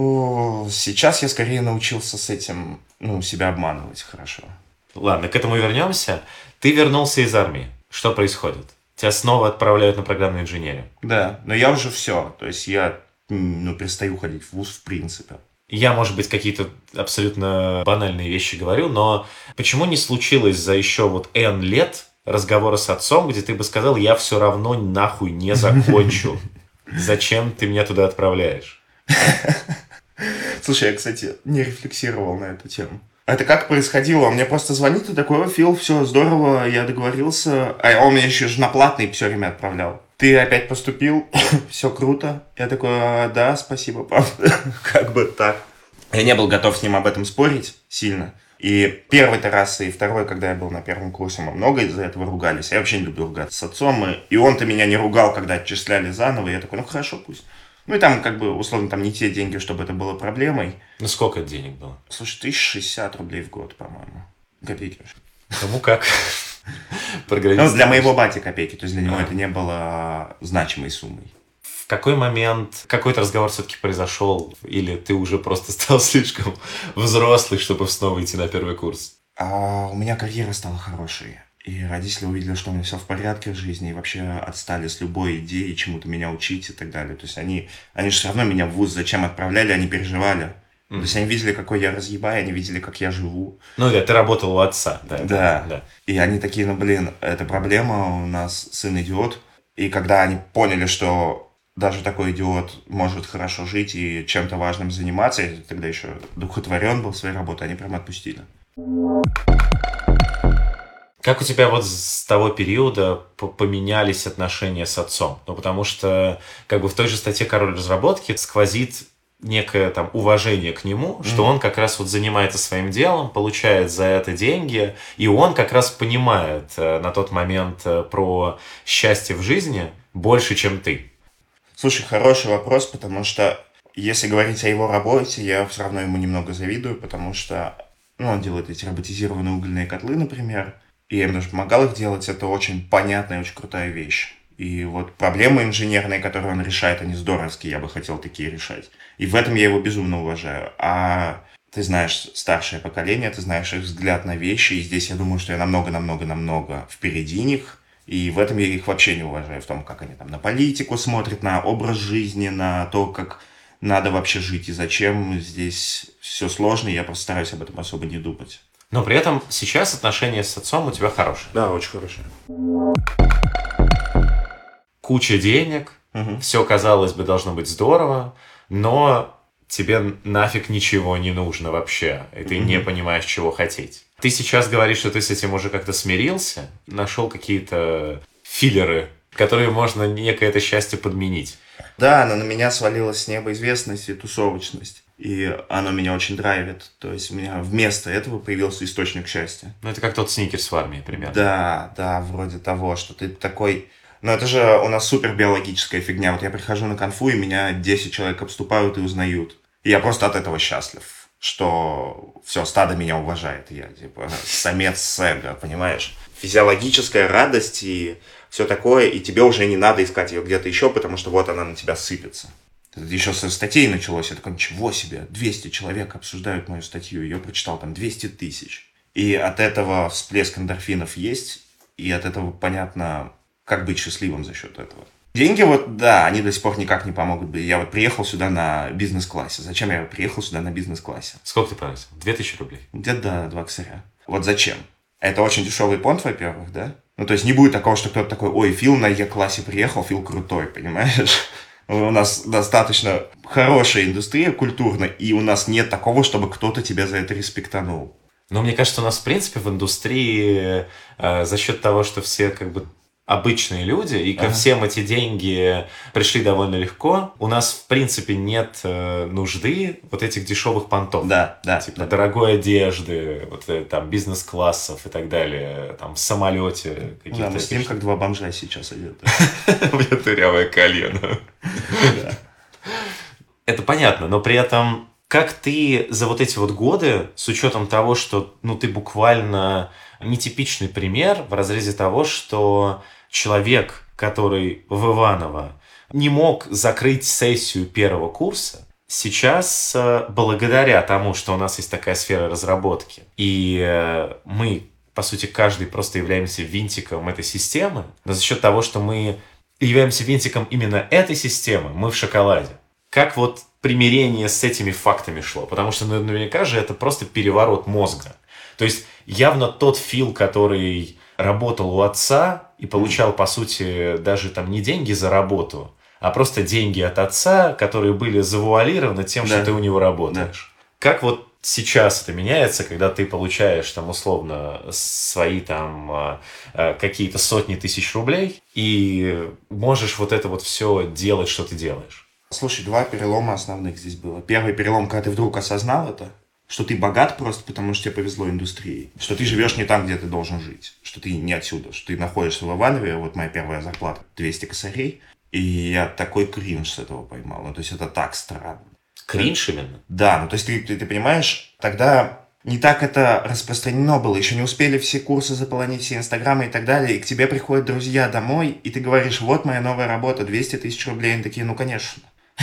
Сейчас я скорее научился с этим, себя обманывать хорошо. Ладно, к этому вернемся. Ты вернулся из армии. Что происходит? Тебя снова отправляют на программную инженерию. Да, но я уже все. То есть я перестаю ходить в вуз в принципе. Я, может быть, какие-то абсолютно банальные вещи говорю, но почему не случилось за еще вот N лет разговора с отцом, где ты бы сказал, я все равно нахуй не закончу. Зачем ты меня туда отправляешь? Слушай, я, кстати, не рефлексировал на эту тему. Это как происходило? Он мне просто звонит и такой, Фил, все здорово, я договорился. А он меня еще же на платный все время отправлял. Ты опять поступил, все круто. Я такой, да, спасибо, правда. Как бы так. Я не был готов с ним об этом спорить сильно. И первый раз, и второй, когда я был на первом курсе, мы много из-за этого ругались. Я вообще не люблю ругаться с отцом. И он-то меня не ругал, когда отчисляли заново. Я такой, хорошо, пусть. И там, условно, там не те деньги, чтобы это было проблемой. Ну, сколько денег было? Слушай, 1060 рублей в год, по-моему. Копейки. Кому как. Для моего бати копейки. То есть для него это не было значимой суммой. В какой момент какой-то разговор все-таки произошел? Или ты уже просто стал слишком взрослый, чтобы снова идти на первый курс? У меня карьера стала хорошей. И родители увидели, что у меня все в порядке в жизни, и вообще отстали с любой идеей, чему-то меня учить и так далее. То есть они же все равно меня в вуз зачем отправляли, они переживали. То есть они видели, какой я разъебай, они видели, как я живу. Ну да, ты работал у отца. Да. И они такие, это проблема, у нас сын идиот. И когда они поняли, что даже такой идиот может хорошо жить и чем-то важным заниматься, я тогда еще духотворен был в своей работе, они прям отпустили. Как у тебя вот с того периода поменялись отношения с отцом? Потому что в той же статье «Король разработки» сквозит некое там уважение к нему, что он как раз вот занимается своим делом, получает за это деньги, и он как раз понимает на тот момент про счастье в жизни больше, чем ты. Слушай, хороший вопрос, потому что если говорить о его работе, я все равно ему немного завидую, потому что Ну, он делает эти роботизированные угольные котлы, например. И я им даже помогал их делать. Это очень понятная, очень крутая вещь. И вот проблемы инженерные, которые он решает, они здоровские, я бы хотел такие решать. И в этом я его безумно уважаю. А ты знаешь старшее поколение, ты знаешь их взгляд на вещи, и здесь я думаю, что я намного-намного-намного впереди них. И в этом я их вообще не уважаю, в том, как они там на политику смотрят, на образ жизни, на то, как надо вообще жить и зачем. Здесь все сложно, и я просто стараюсь об этом особо не думать. Но при этом сейчас отношения с отцом у тебя хорошие. Да, очень хорошие. Куча денег, все, казалось бы, должно быть здорово, но тебе нафиг ничего не нужно вообще, и ты не понимаешь, чего хотеть. Ты сейчас говоришь, что ты с этим уже как-то смирился, нашел какие-то филлеры, которые можно некое это счастье подменить. Да, но на меня свалилась с неба известность и тусовочность. И оно меня очень драйвит. То есть у меня вместо этого появился источник счастья. Ну, это как тот сникерс в армии, примерно. Да, вроде того, что ты такой... Но это же у нас супер биологическая фигня. Вот я прихожу на конфу, и меня 10 человек обступают и узнают. И я просто от этого счастлив, что все, стадо меня уважает. Я типа самец с эго, понимаешь? Физиологическая радость и все такое, и тебе уже не надо искать ее где-то еще, потому что вот она на тебя сыпется. Это еще со статей началось. Я такой, ничего себе, 200 человек обсуждают мою статью. Ее прочитал там 200 тысяч. И от этого всплеск эндорфинов есть, и от этого понятно, как быть счастливым за счет этого. Деньги, вот, да, они до сих пор никак не помогут. Я вот приехал сюда на бизнес-классе. Зачем я приехал сюда на бизнес-классе? Сколько ты потратил? 2000 рублей? Где-то, да, 2 косаря. Вот зачем? Это очень дешевый понт, во-первых, да? Ну, то есть не будет такого, что кто-то такой, ой, Фил на Е-классе приехал, Фил крутой, понимаешь? У нас достаточно хорошая индустрия культурная, и у нас нет такого, чтобы кто-то тебя за это респектанул. Но мне кажется, у нас, в принципе, в индустрии за счет того, что все как бы обычные люди, и ко всем эти деньги пришли довольно легко, у нас, в принципе, нет нужды вот этих дешевых понтов. Да. Типа дорогой одежды, вот там бизнес-классов и так далее, там в самолете каких-то. Да, мы с ним как два бомжа сейчас одеты. У меня дырявое колено. Это понятно, но при этом как ты за вот эти вот годы, с учетом того, что ты буквально нетипичный пример в разрезе того, что человек, который в Иваново не мог закрыть сессию первого курса, сейчас, благодаря тому, что у нас есть такая сфера разработки, и мы, по сути, каждый просто являемся винтиком этой системы, но за счет того, что мы являемся винтиком именно этой системы, мы в шоколаде. Как вот примирение с этими фактами шло? Потому что наверняка же это просто переворот мозга. То есть явно тот Фил, который работал у отца и получал, по сути, даже там не деньги за работу, а просто деньги от отца, которые были завуалированы тем, что ты у него работаешь. Как вот сейчас это меняется, когда ты получаешь там условно свои там какие-то сотни тысяч рублей и можешь вот это вот все делать, что ты делаешь? Слушай, 2 перелома основных здесь было. Первый перелом, когда ты вдруг осознал это, что ты богат просто потому, что тебе повезло индустрии. Что ты живешь не там, где ты должен жить. Что ты не отсюда. Что ты находишься в Иванове. Вот моя первая зарплата 200 косарей. И я такой кринж с этого поймал. Ну, то есть это так странно. Кринж именно? Да, ну то есть ты понимаешь, тогда не так это распространено было. Еще не успели все курсы заполонить, все инстаграмы и так далее. И к тебе приходят друзья домой, и ты говоришь, вот моя новая работа, 200 тысяч рублей. Они такие, ну конечно.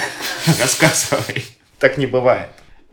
Рассказывай. Так не бывает.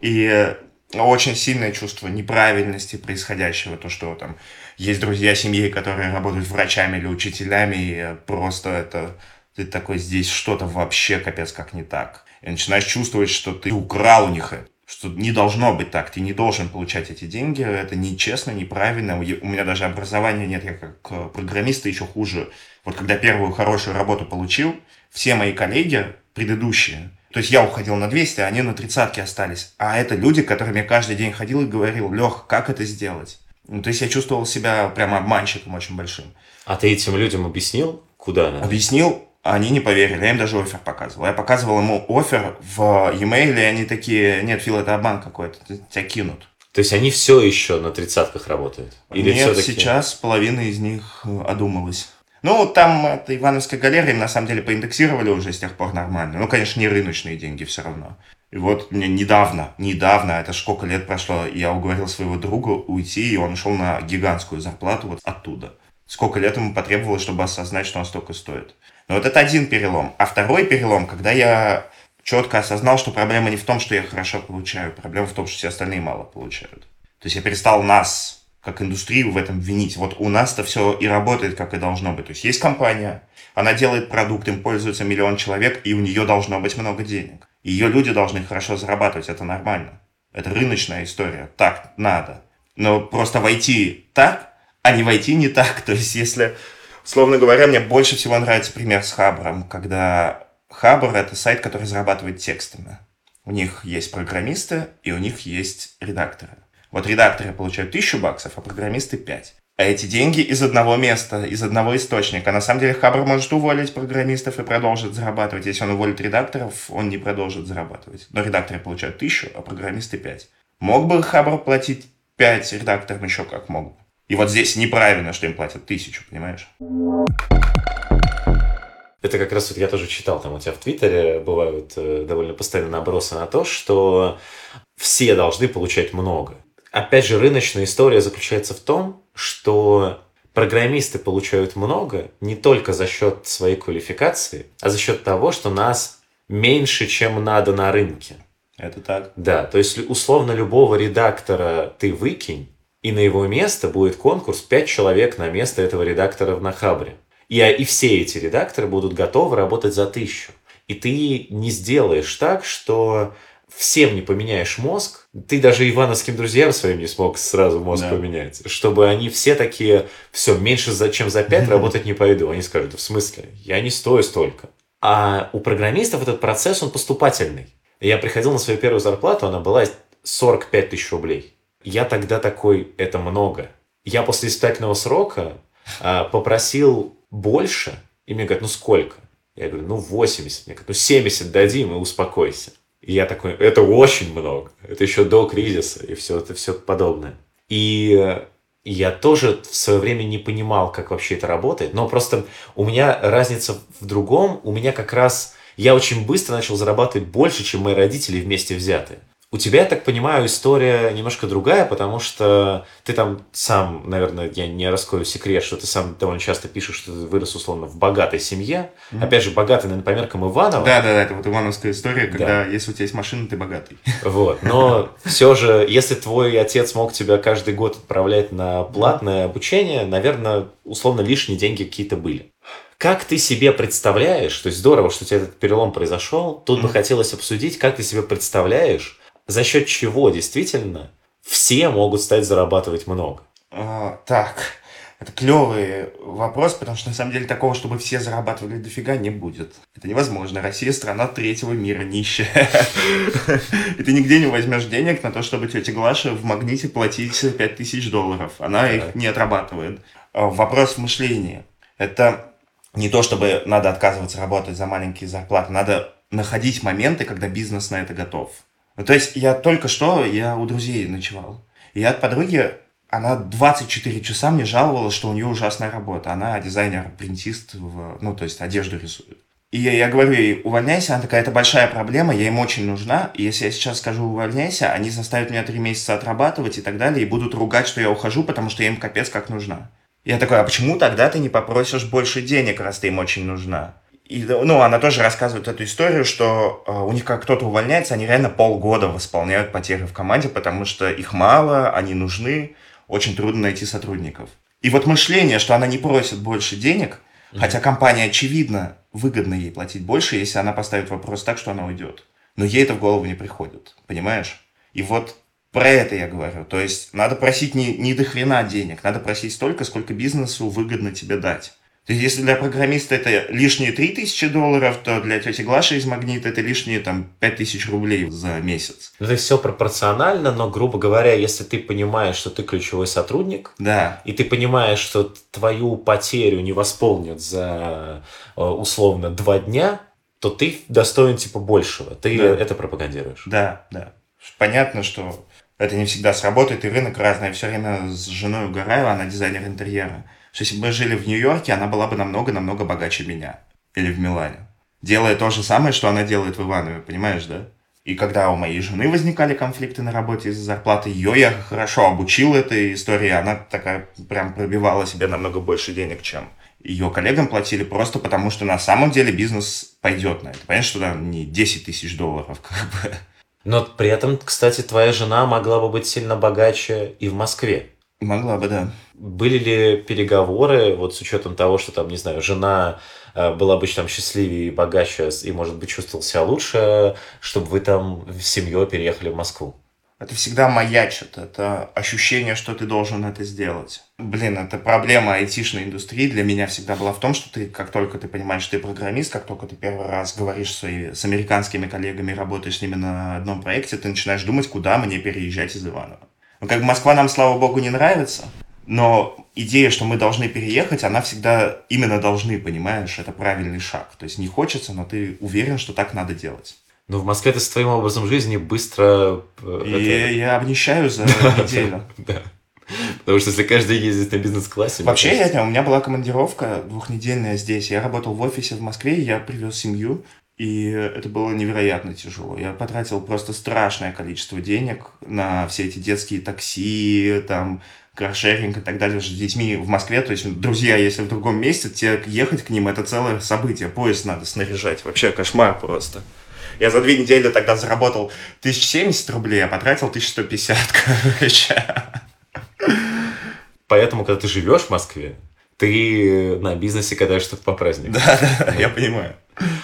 И очень сильное чувство неправильности происходящего. То, что там есть друзья семьи, которые работают врачами или учителями, и просто это... Ты такой, здесь что-то вообще капец как не так. И начинаешь чувствовать, что ты украл у них это. Что не должно быть так. Ты не должен получать эти деньги. Это нечестно, неправильно. У меня даже образования нет. Я как программист еще хуже. Вот когда первую хорошую работу получил, все мои коллеги предыдущие, то есть я уходил на 200, а они на 30-ке остались. А это люди, к которым я каждый день ходил и говорил, Лех, как это сделать? Ну, то есть я чувствовал себя прямо обманщиком очень большим. А ты этим людям объяснил, куда надо? Объяснил. Они не поверили, я им даже оффер показывал. Я показывал ему оффер в e-mail, и они такие, нет, Фил, это обман какой-то, тебя кинут. То есть они все еще на 30-ках работают? Или нет, все-таки... сейчас половина из них одумалась. Ну, там это Ивановская галерея, им на самом деле поиндексировали уже с тех пор нормально. Ну, конечно, не рыночные деньги все равно. И вот мне недавно, это сколько лет прошло, я уговорил своего друга уйти, и он ушел на гигантскую зарплату вот оттуда. Сколько лет ему потребовалось, чтобы осознать, что он столько стоит. Но вот это один перелом. А второй перелом, когда я четко осознал, что проблема не в том, что я хорошо получаю, проблема в том, что все остальные мало получают. То есть я перестал нас, как индустрию, в этом винить. Вот у нас-то все и работает, как и должно быть. То есть есть компания, она делает продукт, им пользуется 1 миллион человек, и у нее должно быть много денег. Ее люди должны хорошо зарабатывать, это нормально. Это рыночная история, так надо. Но просто войти так, а не войти не так. То есть если, условно говоря, мне больше всего нравится пример с Хабром, когда Хабр — это сайт, который зарабатывает текстами. У них есть программисты, и у них есть редакторы. Вот редакторы получают $1000, а программисты 5. А эти деньги из одного места, из одного источника. На самом деле Хабр может уволить программистов и продолжит зарабатывать. Если он уволит редакторов, он не продолжит зарабатывать. Но редакторы получают 1000, а программисты 5. Мог бы Хабр платить 5 редакторам? Еще как мог бы. И вот здесь неправильно, что им платят 1000, понимаешь? Это как раз вот я тоже читал, там у тебя в Твиттере бывают довольно постоянно набросы на то, что все должны получать много. Опять же, рыночная история заключается в том, что программисты получают много не только за счет своей квалификации, а за счет того, что нас меньше, чем надо на рынке. Это так. Да, то есть условно любого редактора ты выкинь, и на его место будет конкурс 5 человек на место этого редактора на Хабре. И все эти редакторы будут готовы работать за 1000. И ты не сделаешь так, что всем не поменяешь мозг. Ты даже ивановским друзьям своим не смог сразу мозг поменять. Чтобы они все такие, все, меньше чем за 5 работать не пойду. Они скажут, в смысле? Я не стою столько. А у программистов этот процесс, он поступательный. Я приходил на свою первую зарплату, она была 45 000 рублей. Я тогда такой, это много. Я после испытательного срока попросил больше, и мне говорят, ну сколько? Я говорю, ну 80. Мне говорят, ну 70 дадим и успокойся. И я такой, это очень много. Это еще до кризиса и все это все подобное. И я тоже в свое время не понимал, как вообще это работает. Но просто у меня разница в другом. У меня как раз... Я очень быстро начал зарабатывать больше, чем мои родители вместе взятые. У тебя, я так понимаю, история немножко другая, потому что ты там сам, наверное, я не раскрою секрет, что ты сам довольно часто пишешь, что ты вырос, условно, в богатой семье. Опять же, богатый, наверное, по меркам Иванова. Да, это вот ивановская история, когда если у тебя есть машина, ты богатый. Вот, но все же, если твой отец мог тебя каждый год отправлять на платное обучение, наверное, условно, лишние деньги какие-то были. Как ты себе представляешь, то есть здорово, что у тебя этот перелом произошел, тут бы хотелось обсудить, как ты себе представляешь, за счет чего действительно все могут стать зарабатывать много? Так, это клевый вопрос, потому что на самом деле такого, чтобы все зарабатывали дофига, не будет. Это невозможно. Россия страна третьего мира, нищая. И ты нигде не возьмешь денег на то, чтобы тете Глаше в Магните платить $5000. Она их не отрабатывает. Вопрос в мышлении. Это не то, чтобы надо отказываться работать за маленькие зарплаты. Надо находить моменты, когда бизнес на это готов. Ну, то есть я у друзей ночевал. И от подруги, она 24 часа мне жаловалась, что у нее ужасная работа. Она дизайнер-принтист, то есть одежду рисует. И я говорю ей, увольняйся. Она такая, это большая проблема, я им очень нужна. И если я сейчас скажу увольняйся, они заставят меня 3 месяца отрабатывать и так далее, и будут ругать, что я ухожу, потому что я им капец как нужна. Я такой, а почему тогда ты не попросишь больше денег, раз ты им очень нужна? И, она тоже рассказывает эту историю, что у них как кто-то увольняется, они реально полгода восполняют потери в команде, потому что их мало, они нужны, очень трудно найти сотрудников. И вот мышление, что она не просит больше денег, хотя компания, очевидно, выгодно ей платить больше, если она поставит вопрос так, что она уйдет. Но ей это в голову не приходит, понимаешь? И вот про это я говорю. То есть надо просить не до хрена денег, надо просить столько, сколько бизнесу выгодно тебе дать. То есть, если для программиста это лишние $3000, то для тети Глаши из Магнита это лишние 5000 рублей за месяц. Ну, то есть все пропорционально, но, грубо говоря, если ты понимаешь, что ты ключевой сотрудник, и ты понимаешь, что твою потерю не восполнят за, условно, 2 дня, то ты достоин большего. Ты это пропагандируешь. Да. Понятно, что это не всегда сработает, и рынок разный. Я все время с женой угораю, она дизайнер интерьера. Что если бы мы жили в Нью-Йорке, она была бы намного-намного богаче меня. Или в Милане. Делая то же самое, что она делает в Иванове, понимаешь, да? И когда у моей жены возникали конфликты на работе из-за зарплаты, ее я хорошо обучил этой истории, она такая прям пробивала себе намного больше денег, чем ее коллегам платили, просто потому что на самом деле бизнес пойдет на это. Понятно, что там не 10 тысяч долларов, как бы. Но при этом, кстати, твоя жена могла бы быть сильно богаче и в Москве. Могла бы, да. Были ли переговоры, вот с учетом того, что там, не знаю, жена была бы там счастливее и богаче, и, может быть, чувствовала себя лучше, чтобы вы там с семьей переехали в Москву? Это всегда маячит, это ощущение, что ты должен это сделать. Блин, это проблема айтишной индустрии для меня всегда была в том, что ты, как только ты понимаешь, что ты программист, как только ты первый раз говоришь с американскими коллегами, работаешь с ними на одном проекте, ты начинаешь думать, куда мне переезжать из Иваново. Ну, как бы Москва нам, слава богу, не нравится, но идея, что мы должны переехать, она всегда именно должны, понимаешь, это правильный шаг. То есть не хочется, но ты уверен, что так надо делать. Ну, в Москве ты с твоим образом жизни быстро... Я обнищаю за неделю. Да. Потому что если каждый день ездить на бизнес-классе... Вообще, у меня была командировка двухнедельная здесь. Я работал в офисе в Москве, я привез семью, и это было невероятно тяжело. Я потратил просто страшное количество денег на все эти детские такси, там, каршеринг и так далее с детьми в Москве. То есть друзья, если в другом месте, тебе ехать к ним — это целое событие. Поезд надо снаряжать. Вообще кошмар просто. Я за 2 недели тогда заработал 1070 рублей, а потратил 1150, короче. Поэтому, когда ты живешь в Москве, ты на бизнесе катаешь что-то по праздникам. Да, я понимаю.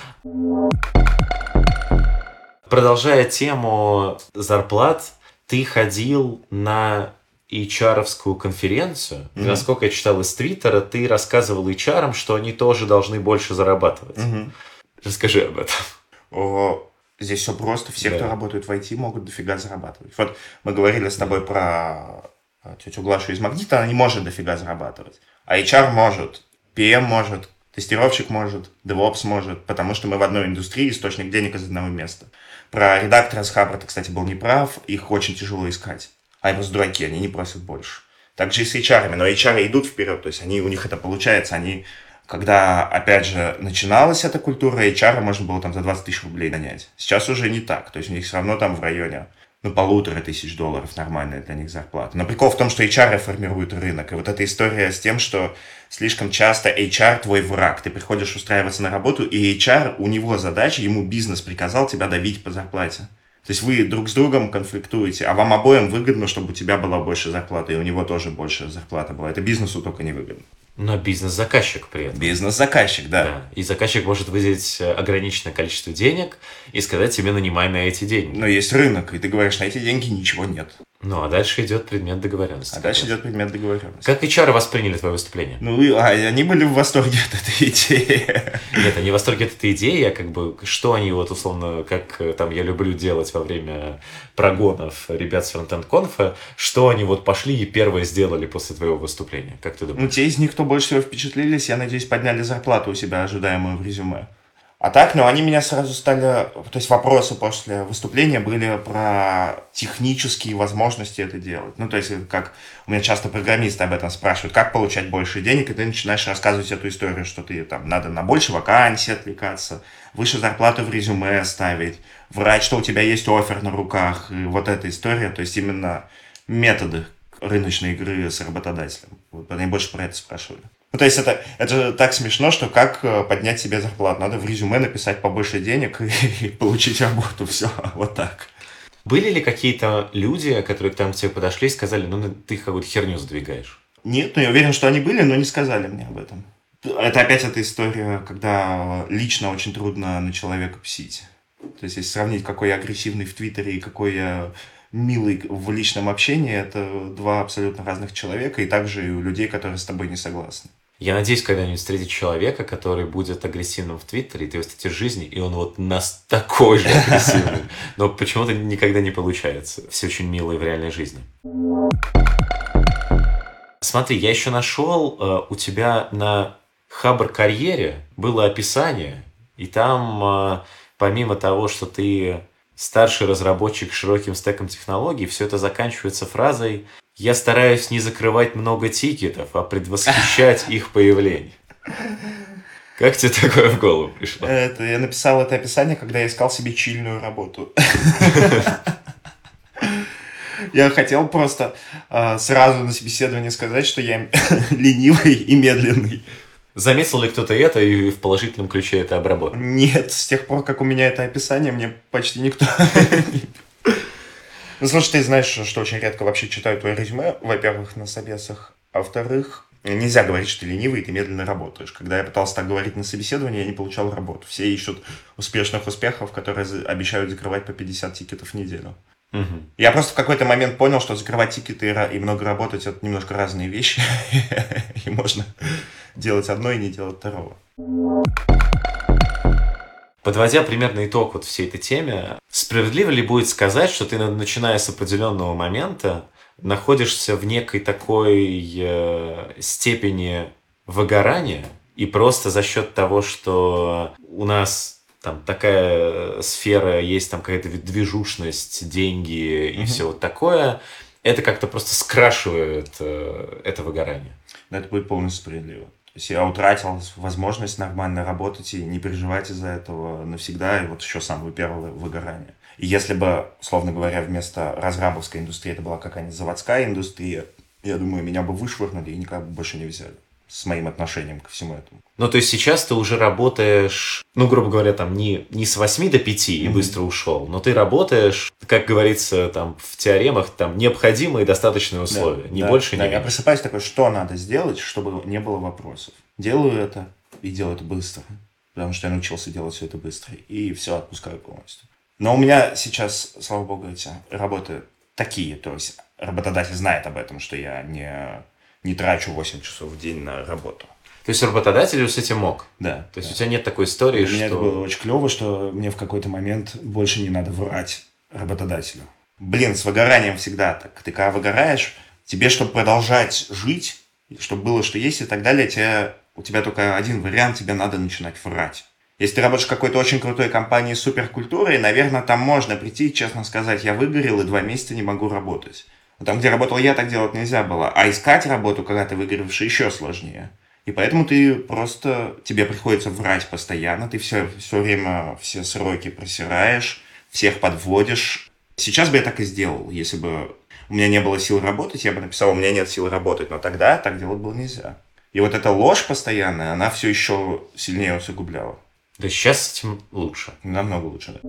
Продолжая тему зарплат, ты ходил на HR-овскую конференцию. Mm-hmm. Насколько я читал из Твиттера, ты рассказывал HR-ам, что они тоже должны больше зарабатывать. Mm-hmm. Расскажи об этом. Здесь все просто. Все, кто работают в IT, могут дофига зарабатывать. Вот мы говорили с тобой про тетю Глашу из Магнита, она не может дофига зарабатывать. А HR может, PM может, тестировщик может, DevOps может, потому что мы в одной индустрии, источник денег из одного места. Про редактора с Хабра ты, кстати, был неправ, их очень тяжело искать. Они просто дураки, они не просят больше. Так же и с HR-ами, но HR идут вперед, то есть у них это получается, когда, опять же, начиналась эта культура, HR можно было там за 20 тысяч рублей нанять. Сейчас уже не так. То есть у них все равно там в районе, $1500 нормальная для них зарплата. Но прикол в том, что HR формируют рынок. И вот эта история с тем, что слишком часто HR твой враг. Ты приходишь устраиваться на работу, и HR, у него задача, ему бизнес приказал тебя давить по зарплате. То есть вы друг с другом конфликтуете, а вам обоим выгодно, чтобы у тебя была больше зарплаты, и у него тоже больше зарплата была. Это бизнесу только не выгодно. Но бизнес-заказчик при этом. Бизнес-заказчик, да. И заказчик может выделить ограниченное количество денег и сказать тебе: нанимай на эти деньги. Но есть рынок, и ты говоришь, на эти деньги ничего нет. Ну, а дальше идет предмет договоренности. Как HR восприняли твое выступление? Они были в восторге от этой идеи. Нет, они в восторге от этой идеи, а что они условно, как там я люблю делать во время прогонов ребят с фронтенд-конфа, что они пошли и первое сделали после твоего выступления, как ты думаешь? Те из них, кто больше всего впечатлились, я надеюсь, подняли зарплату у себя, ожидаемую в резюме. А так, они меня сразу стали... То есть вопросы после выступления были про технические возможности это делать. То есть, как у меня часто программисты об этом спрашивают, как получать больше денег, и ты начинаешь рассказывать эту историю, что ты там надо на больше вакансий отвлекаться, выше зарплату в резюме ставить, врать, что у тебя есть оффер на руках, и вот эта история. То есть именно методы рыночной игры с работодателем. Они больше про это спрашивали. То есть это так смешно, что как поднять себе зарплату. Надо в резюме написать побольше денег и получить работу. Все, вот так. Были ли какие-то люди, которые к тебе подошли и сказали: ты какую-то херню задвигаешь? Нет, я уверен, что они были, но не сказали мне об этом. Это опять эта история, когда лично очень трудно на человека псить. То есть если сравнить, какой я агрессивный в Твиттере и какой я милый в личном общении, это два абсолютно разных человека, и также и у людей, которые с тобой не согласны. Я надеюсь, когда-нибудь встретить человека, который будет агрессивным в Твиттере, и ты его встретишь в жизни, и он такой же агрессивный. Но почему-то никогда не получается. Все очень милые в реальной жизни. Смотри, я еще нашел у тебя на Хабр-карьере было описание, и там помимо того, что ты старший разработчик с широким стеком технологий, все это заканчивается фразой: «Я стараюсь не закрывать много тикетов, а предвосхищать их появление». Как тебе такое в голову пришло? Я написал это описание, когда я искал себе чильную работу. Я хотел просто сразу на собеседовании сказать, что я ленивый и медленный. Заметил ли кто-то это и в положительном ключе это обработал? Нет, с тех пор, как у меня это описание, мне почти никто... Ну, слушай, ты знаешь, что очень редко вообще читают твое резюме, во-первых, на собесах, а во-вторых, нельзя говорить, что ты ленивый и ты медленно работаешь. Когда я пытался так говорить на собеседовании, я не получал работу. Все ищут успешных успехов, которые обещают закрывать по 50 тикетов в неделю. Угу. Я просто в какой-то момент понял, что закрывать тикеты и много работать – это немножко разные вещи. И можно делать одно и не делать второго. Подводя примерно итог вот всей этой теме, справедливо ли будет сказать, что ты, начиная с определенного момента, находишься в некой такой степени выгорания, и просто за счет того, что у нас там такая сфера, есть там какая-то движушность, деньги и все вот такое, это как-то просто скрашивает это выгорание? Но это будет полностью справедливо. То есть я утратил возможность нормально работать и не переживать из-за этого навсегда, и вот еще самое первое выгорание. И если бы, условно говоря, вместо разрабовской индустрии это была какая-нибудь заводская индустрия, я думаю, меня бы вышвырнули и никак бы больше не взяли с моим отношением ко всему этому. Ну, то есть сейчас ты уже работаешь, ну, грубо говоря, там не с 8 до 5 и быстро ушел, но ты работаешь, как говорится там в теоремах, там необходимые и достаточные условия, ни больше, ни меньше. Я просыпаюсь такой, что надо сделать, чтобы не было вопросов. Делаю это и делаю это быстро, потому что я научился делать все это быстро, и все отпускаю полностью. Но у меня сейчас, слава богу, эти работы такие, то есть работодатель знает об этом, что я не трачу 8 часов в день на работу. То есть работодатель с этим мог? Да. То есть у тебя нет такой истории, что... Для меня это было очень клево, что мне в какой-то момент больше не надо врать работодателю. Блин, с выгоранием всегда так. Ты когда выгораешь, тебе, чтобы продолжать жить, чтобы было, что есть и так далее, у тебя только один вариант, тебе надо начинать врать. Если ты работаешь в какой-то очень крутой компании с суперкультурой, наверное, там можно прийти и честно сказать, я выгорел и 2 месяца не могу работать. Но там, где работал я, так делать нельзя было. А искать работу, когда ты выгоревший, еще сложнее. И поэтому тебе приходится врать постоянно, ты все время все сроки просираешь, всех подводишь. Сейчас бы я так и сделал, если бы у меня не было сил работать, я бы написал, у меня нет сил работать, но тогда так делать было нельзя. И вот эта ложь постоянная, она все еще сильнее усугубляла. Да сейчас с этим лучше. Намного лучше,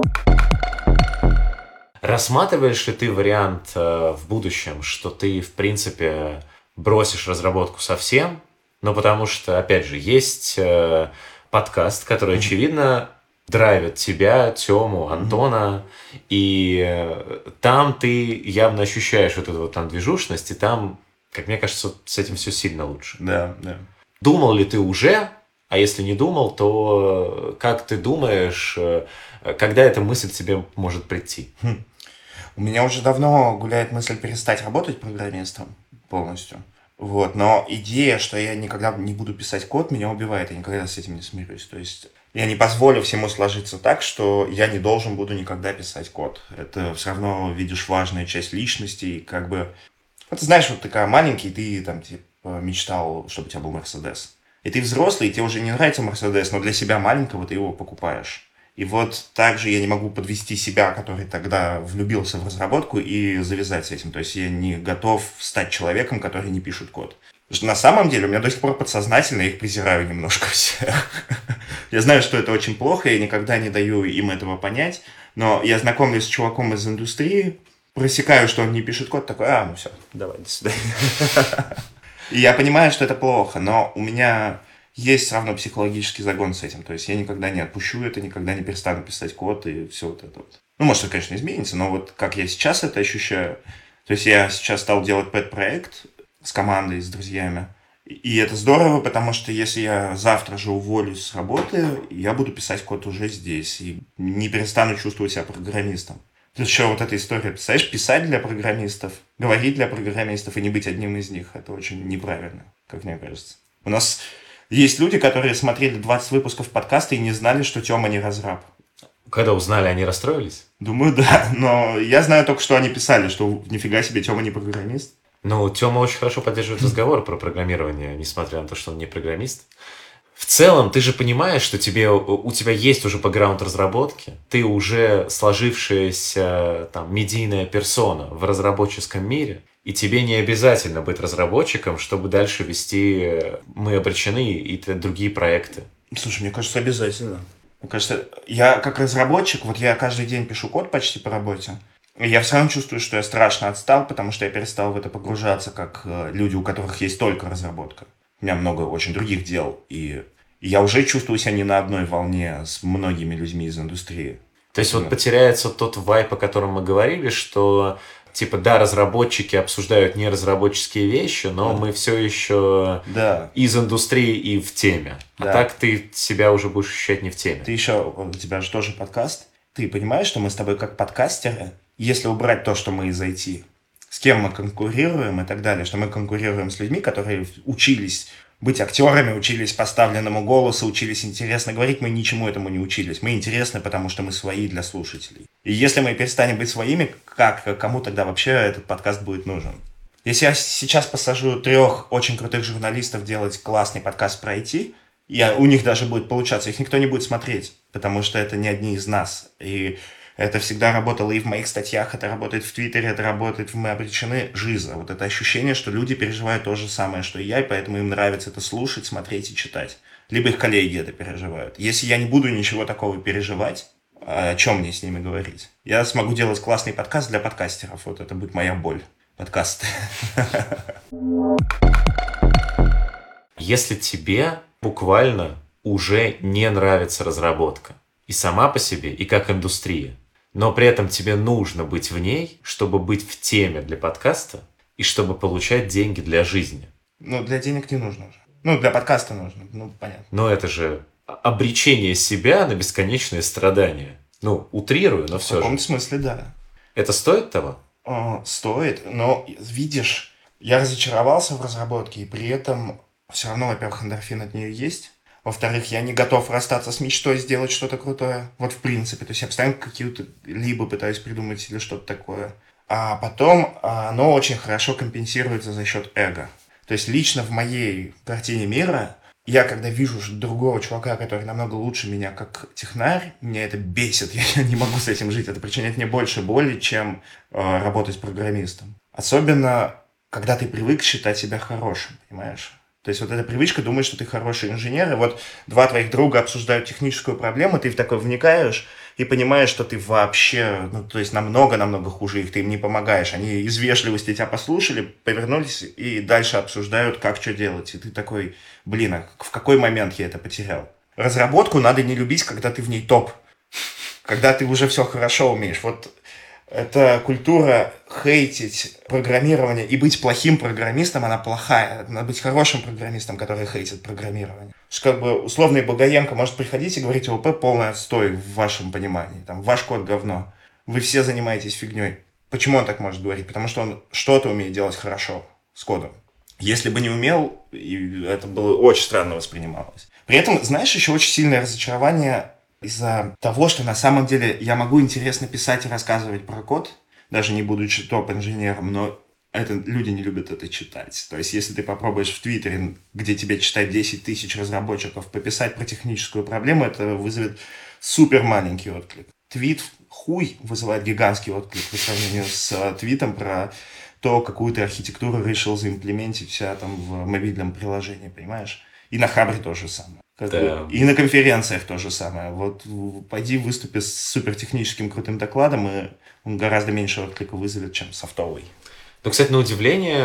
да. Рассматриваешь ли ты вариант в будущем, что ты, в принципе, бросишь разработку совсем? Ну, потому что, опять же, есть подкаст, который, очевидно, драйвит тебя, Тему, Антона, и там ты явно ощущаешь вот эту вот там движушность, и там, как мне кажется, с этим все сильно лучше. Да, да. Думал ли ты уже? А если не думал, то как ты думаешь, когда эта мысль тебе может прийти? У меня уже давно гуляет мысль перестать работать программистом полностью. Вот, но идея, что я никогда не буду писать код, меня убивает, я никогда с этим не смирюсь. То есть я не позволю всему сложиться так, что я не должен буду никогда писать код. Это все равно, видишь, важная часть личности, и как бы... Вот ты знаешь, вот такая маленький, ты там типа мечтал, чтобы у тебя был Мерседес. И ты взрослый, и тебе уже не нравится Мерседес, но для себя маленького ты его покупаешь. И вот также я не могу подвести себя, который тогда влюбился в разработку, и завязать с этим. То есть я не готов стать человеком, который не пишет код. Потому что на самом деле у меня до сих пор подсознательно их презираю немножко всех. Я знаю, что это очень плохо, я никогда не даю им этого понять. Но я знакомлюсь с чуваком из индустрии, просекаю, что он не пишет код, такой, ну все, давай, до свидания. И я понимаю, что это плохо, но у меня... есть все равно психологический загон с этим. То есть я никогда не отпущу это, никогда не перестану писать код и все вот это вот. Ну, может, это, конечно, изменится, но вот как я сейчас это ощущаю. То есть я сейчас стал делать пэт-проект с командой, с друзьями. И это здорово, потому что если я завтра же уволюсь с работы, я буду писать код уже здесь. И не перестану чувствовать себя программистом. Плюс еще вот эта история, представляешь, писать для программистов, говорить для программистов и не быть одним из них. Это очень неправильно, как мне кажется. У нас... есть люди, которые смотрели 20 выпусков подкаста и не знали, что Тёма не разраб. Когда узнали, они расстроились? Думаю, да. Но я знаю только, что они писали, что нифига себе, Тёма не программист. Ну, Тёма очень хорошо поддерживает разговор про программирование, несмотря на то, что он не программист. в целом ты же понимаешь, что у тебя есть уже бэкграунд разработки, ты уже сложившаяся там медийная персона в разработческом мире, и тебе не обязательно быть разработчиком, чтобы дальше вести «Мы обречены» и другие проекты. Слушай, мне кажется, обязательно. Мне кажется, я как разработчик, вот я каждый день пишу код почти по работе, и я все равно чувствую, что я страшно отстал, потому что я перестал в это погружаться, как люди, у которых есть только разработка. У меня много очень других дел, и я уже чувствую себя не на одной волне с многими людьми из индустрии. То есть вот потеряется тот вайб, о котором мы говорили, что типа да, разработчики обсуждают неразработческие вещи, но мы все еще из индустрии и в теме. А так ты себя уже будешь ощущать не в теме. Ты еще, у тебя же тоже подкаст. Ты понимаешь, что мы с тобой как подкастеры, если убрать то, что мы из IT, с кем мы конкурируем и так далее, что мы конкурируем с людьми, которые учились быть актерами, учились поставленному голосу, учились интересно говорить, мы ничему этому не учились. Мы интересны, потому что мы свои для слушателей. И если мы перестанем быть своими, кому тогда вообще этот подкаст будет нужен? Если я сейчас посажу 3 очень крутых журналистов делать классный подкаст про IT, у них даже будет получаться, их никто не будет смотреть, потому что это не одни из нас. И это всегда работало и в моих статьях, это работает в Твиттере, это работает в «Мы обречены». Жиза. Вот это ощущение, что люди переживают то же самое, что и я, и поэтому им нравится это слушать, смотреть и читать. Либо их коллеги это переживают. Если я не буду ничего такого переживать, о чем мне с ними говорить? Я смогу делать классный подкаст для подкастеров. Вот это будет моя боль. Подкасты. Если тебе буквально уже не нравится разработка, и сама по себе, и как индустрия, но при этом тебе нужно быть в ней, чтобы быть в теме для подкаста и чтобы получать деньги для жизни. Ну, для денег не нужно уже. Для подкаста нужно, понятно. Но это же обречение себя на бесконечные страдания. Утрирую, но все же. В каком-то смысле, да. Это стоит того? Стоит, но, видишь, я разочаровался в разработке, и при этом все равно, во-первых, эндорфин от нее есть. Во-вторых, я не готов расстаться с мечтой сделать что-то крутое. Вот в принципе. То есть я постоянно какие-то либо пытаюсь придумать или что-то такое. А потом оно очень хорошо компенсируется за счет эго. То есть лично в моей картине мира я, когда вижу другого чувака, который намного лучше меня как технарь, меня это бесит. Я не могу с этим жить. Это причиняет мне больше боли, чем работать программистом. Особенно, когда ты привык считать себя хорошим, понимаешь? То есть вот эта привычка думать, что ты хороший инженер, и вот 2 твоих друга обсуждают техническую проблему, ты в такое вникаешь и понимаешь, что ты вообще, то есть намного-намного хуже их, ты им не помогаешь. Они из вежливости тебя послушали, повернулись и дальше обсуждают, как что делать. И ты такой, а в какой момент я это потерял? Разработку надо не любить, когда ты в ней топ, когда ты уже все хорошо умеешь. Вот эта культура хейтить программирование и быть плохим программистом, она плохая. Надо быть хорошим программистом, который хейтит программирование. Что условный Богоенко может приходить и говорить: ОП полный отстой в вашем понимании. Ваш код говно. Вы все занимаетесь фигней. Почему он так может говорить? Потому что он что-то умеет делать хорошо с кодом. Если бы не умел, это было очень странно воспринималось. При этом, знаешь, еще очень сильное разочарование из-за того, что на самом деле я могу интересно писать и рассказывать про код, даже не будучи топ-инженером, но люди не любят это читать. То есть, если ты попробуешь в Твиттере, где тебе читать 10 тысяч разработчиков, пописать про техническую проблему, это вызовет супер маленький отклик. Твит хуй вызывает гигантский отклик по сравнению с твитом про то, какую ты архитектуру решил заимплементить вся в мобильном приложении, понимаешь? И на Хабре то же самое. Да. И на конференциях то же самое. Вот пойди выступи с супертехническим крутым докладом, и он гораздо меньше отклика вызовет, чем софтовый. Кстати, на удивление,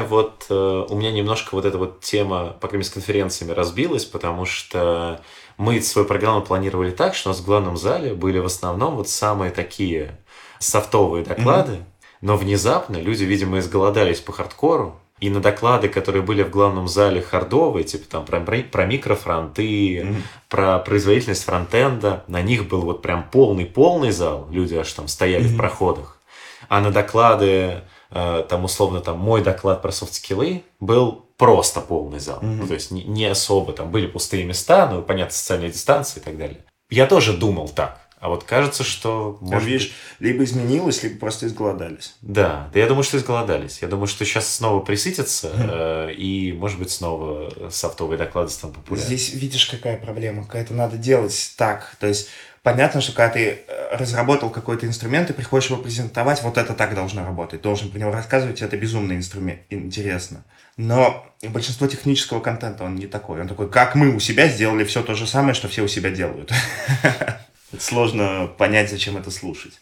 у меня немножко эта тема, по крайней мере, с конференциями разбилась, потому что мы свою программу планировали так, что у нас в главном зале были в основном самые такие софтовые доклады, но внезапно люди, видимо, изголодались по хардкору, и на доклады, которые были в главном зале хардовые, типа про микрофронты, про производительность фронтенда, на них был прям полный зал, люди аж стояли в проходах. А на доклады, условно, мой доклад про софт-скиллы был просто полный зал. То есть не особо, были пустые места, понятно, социальная дистанция и так далее. Я тоже думал так. А вот кажется, что... Может, видишь, либо изменилось, либо просто изголодались. Да, я думаю, что изголодались. Я думаю, что сейчас снова присытятся, и, может быть, снова софтовые доклады станут популярны. Здесь видишь, какая проблема. Какая-то надо делать так. То есть, понятно, что когда ты разработал какой-то инструмент, ты приходишь его презентовать, вот это так должно работать. Должен про него рассказывать, это безумно интересно. Но большинство технического контента, он не такой. Он такой, как мы у себя сделали все то же самое, что все у себя делают. Сложно понять, зачем это слушать.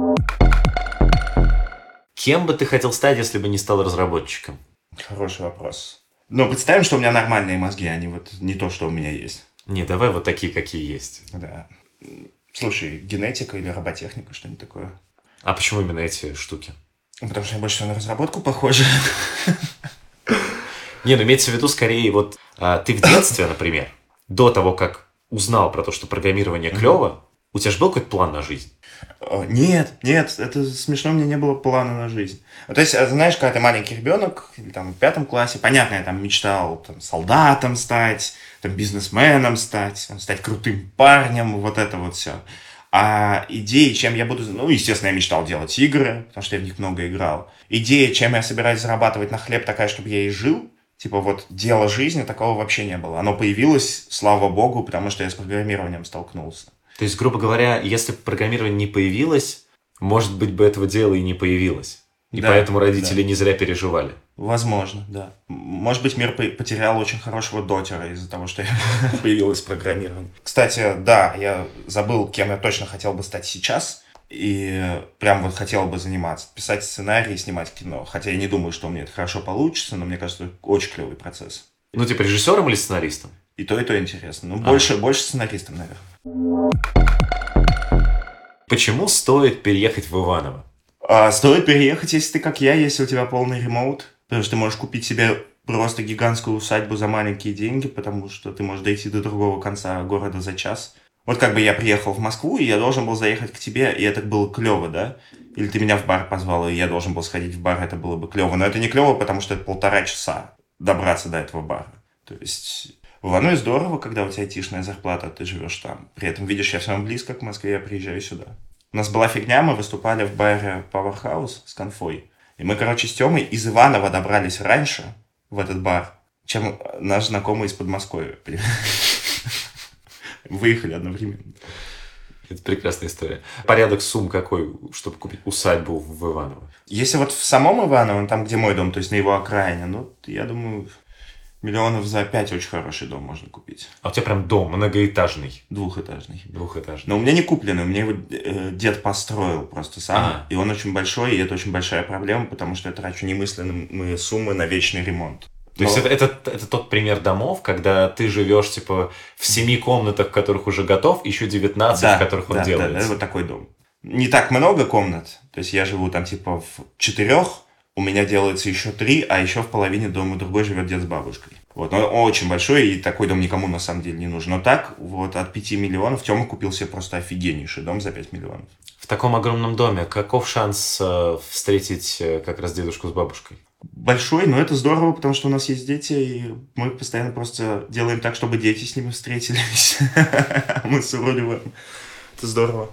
Кем бы ты хотел стать, если бы не стал разработчиком? Хороший вопрос. Но представим, что у меня нормальные мозги, а не вот не то, что у меня есть. Не, давай вот такие, какие есть. Да. Слушай, генетика или роботехника, что-нибудь такое. А почему именно эти штуки? Потому что я больше всего на разработку похожа. Не, ну имеется в виду скорее вот ты в детстве, например, до того, как узнал про то, что программирование клево, у тебя же был какой-то план на жизнь? Нет, это смешно, у меня не было плана на жизнь. То есть, знаешь, когда ты маленький ребенок, или там в 5 классе, понятно, я там мечтал там, солдатом стать, там, бизнесменом стать крутым парнем, вот это вот все. А идеи, чем я буду... Ну, естественно, я мечтал делать игры, потому что я в них много играл. Идея, чем я собираюсь зарабатывать на хлеб, такая, чтобы я и жил, типа вот дело жизни, такого вообще не было. Оно появилось, слава богу, потому что я с программированием столкнулся. То есть, грубо говоря, если бы программирование не появилось, может быть, бы этого дела и не появилось. И поэтому родители не зря переживали. Возможно, да. Может быть, мир потерял очень хорошего дотера из-за того, что появилось программирование. Кстати, да, я забыл, кем я точно хотел бы стать сейчас. И прям вот хотел бы заниматься. Писать сценарии, снимать кино. Хотя я не думаю, что у меня это хорошо получится, но мне кажется, это очень клевый процесс. Ну, типа режиссером или сценаристом? И то интересно. Ну, больше сценаристом, наверное. Почему стоит переехать в Иваново? Стоит переехать, если ты как я, если у тебя полный ремоут. Потому что ты можешь купить себе просто гигантскую усадьбу за маленькие деньги, потому что ты можешь дойти до другого конца города за час. Вот как бы я приехал в Москву, и я должен был заехать к тебе, и это было клево, да? Или ты меня в бар позвал, и я должен был сходить в бар, это было бы клево. Но это не клево, потому что это 1,5 часа добраться до этого бара. То есть в Иванове здорово, когда у тебя айтишная зарплата, ты живешь там. При этом, видишь, я все равно близко к Москве, я приезжаю сюда. У нас была фигня, мы выступали в баре Powerhouse с конфой. И мы, с Тёмой из Иванова добрались раньше в этот бар, чем наш знакомый из Подмосковья. Выехали одновременно. Это прекрасная история. Порядок сумм какой, чтобы купить усадьбу в Иваново? Если вот в самом Иваново, там, где мой дом, то есть на его окраине, ну, я думаю, миллионов за 5 очень хороший дом можно купить. А у тебя прям дом многоэтажный? Двухэтажный. Двухэтажный. Но у меня не купленный, у меня его дед построил просто сам. И он очень большой, и это очень большая проблема, потому что я трачу немыслимые суммы на вечный ремонт. То есть это тот пример домов, когда ты живешь типа в 7 комнатах, в которых уже готов, еще 19, в которых он делается. Да, вот такой дом. Не так много комнат, то есть я живу там типа в 4, у меня делается еще 3, а еще в половине дома другой живет дед с бабушкой. Вот, но он очень большой, и такой дом никому на самом деле не нужен. Но так, вот от 5 миллионов Тёма купил себе просто офигеннейший дом за 5 миллионов. В таком огромном доме каков шанс встретить как раз дедушку с бабушкой? Большой, но это здорово, потому что у нас есть дети, и мы постоянно просто делаем так, чтобы дети с ними встретились. Мы суруливаем. Это здорово.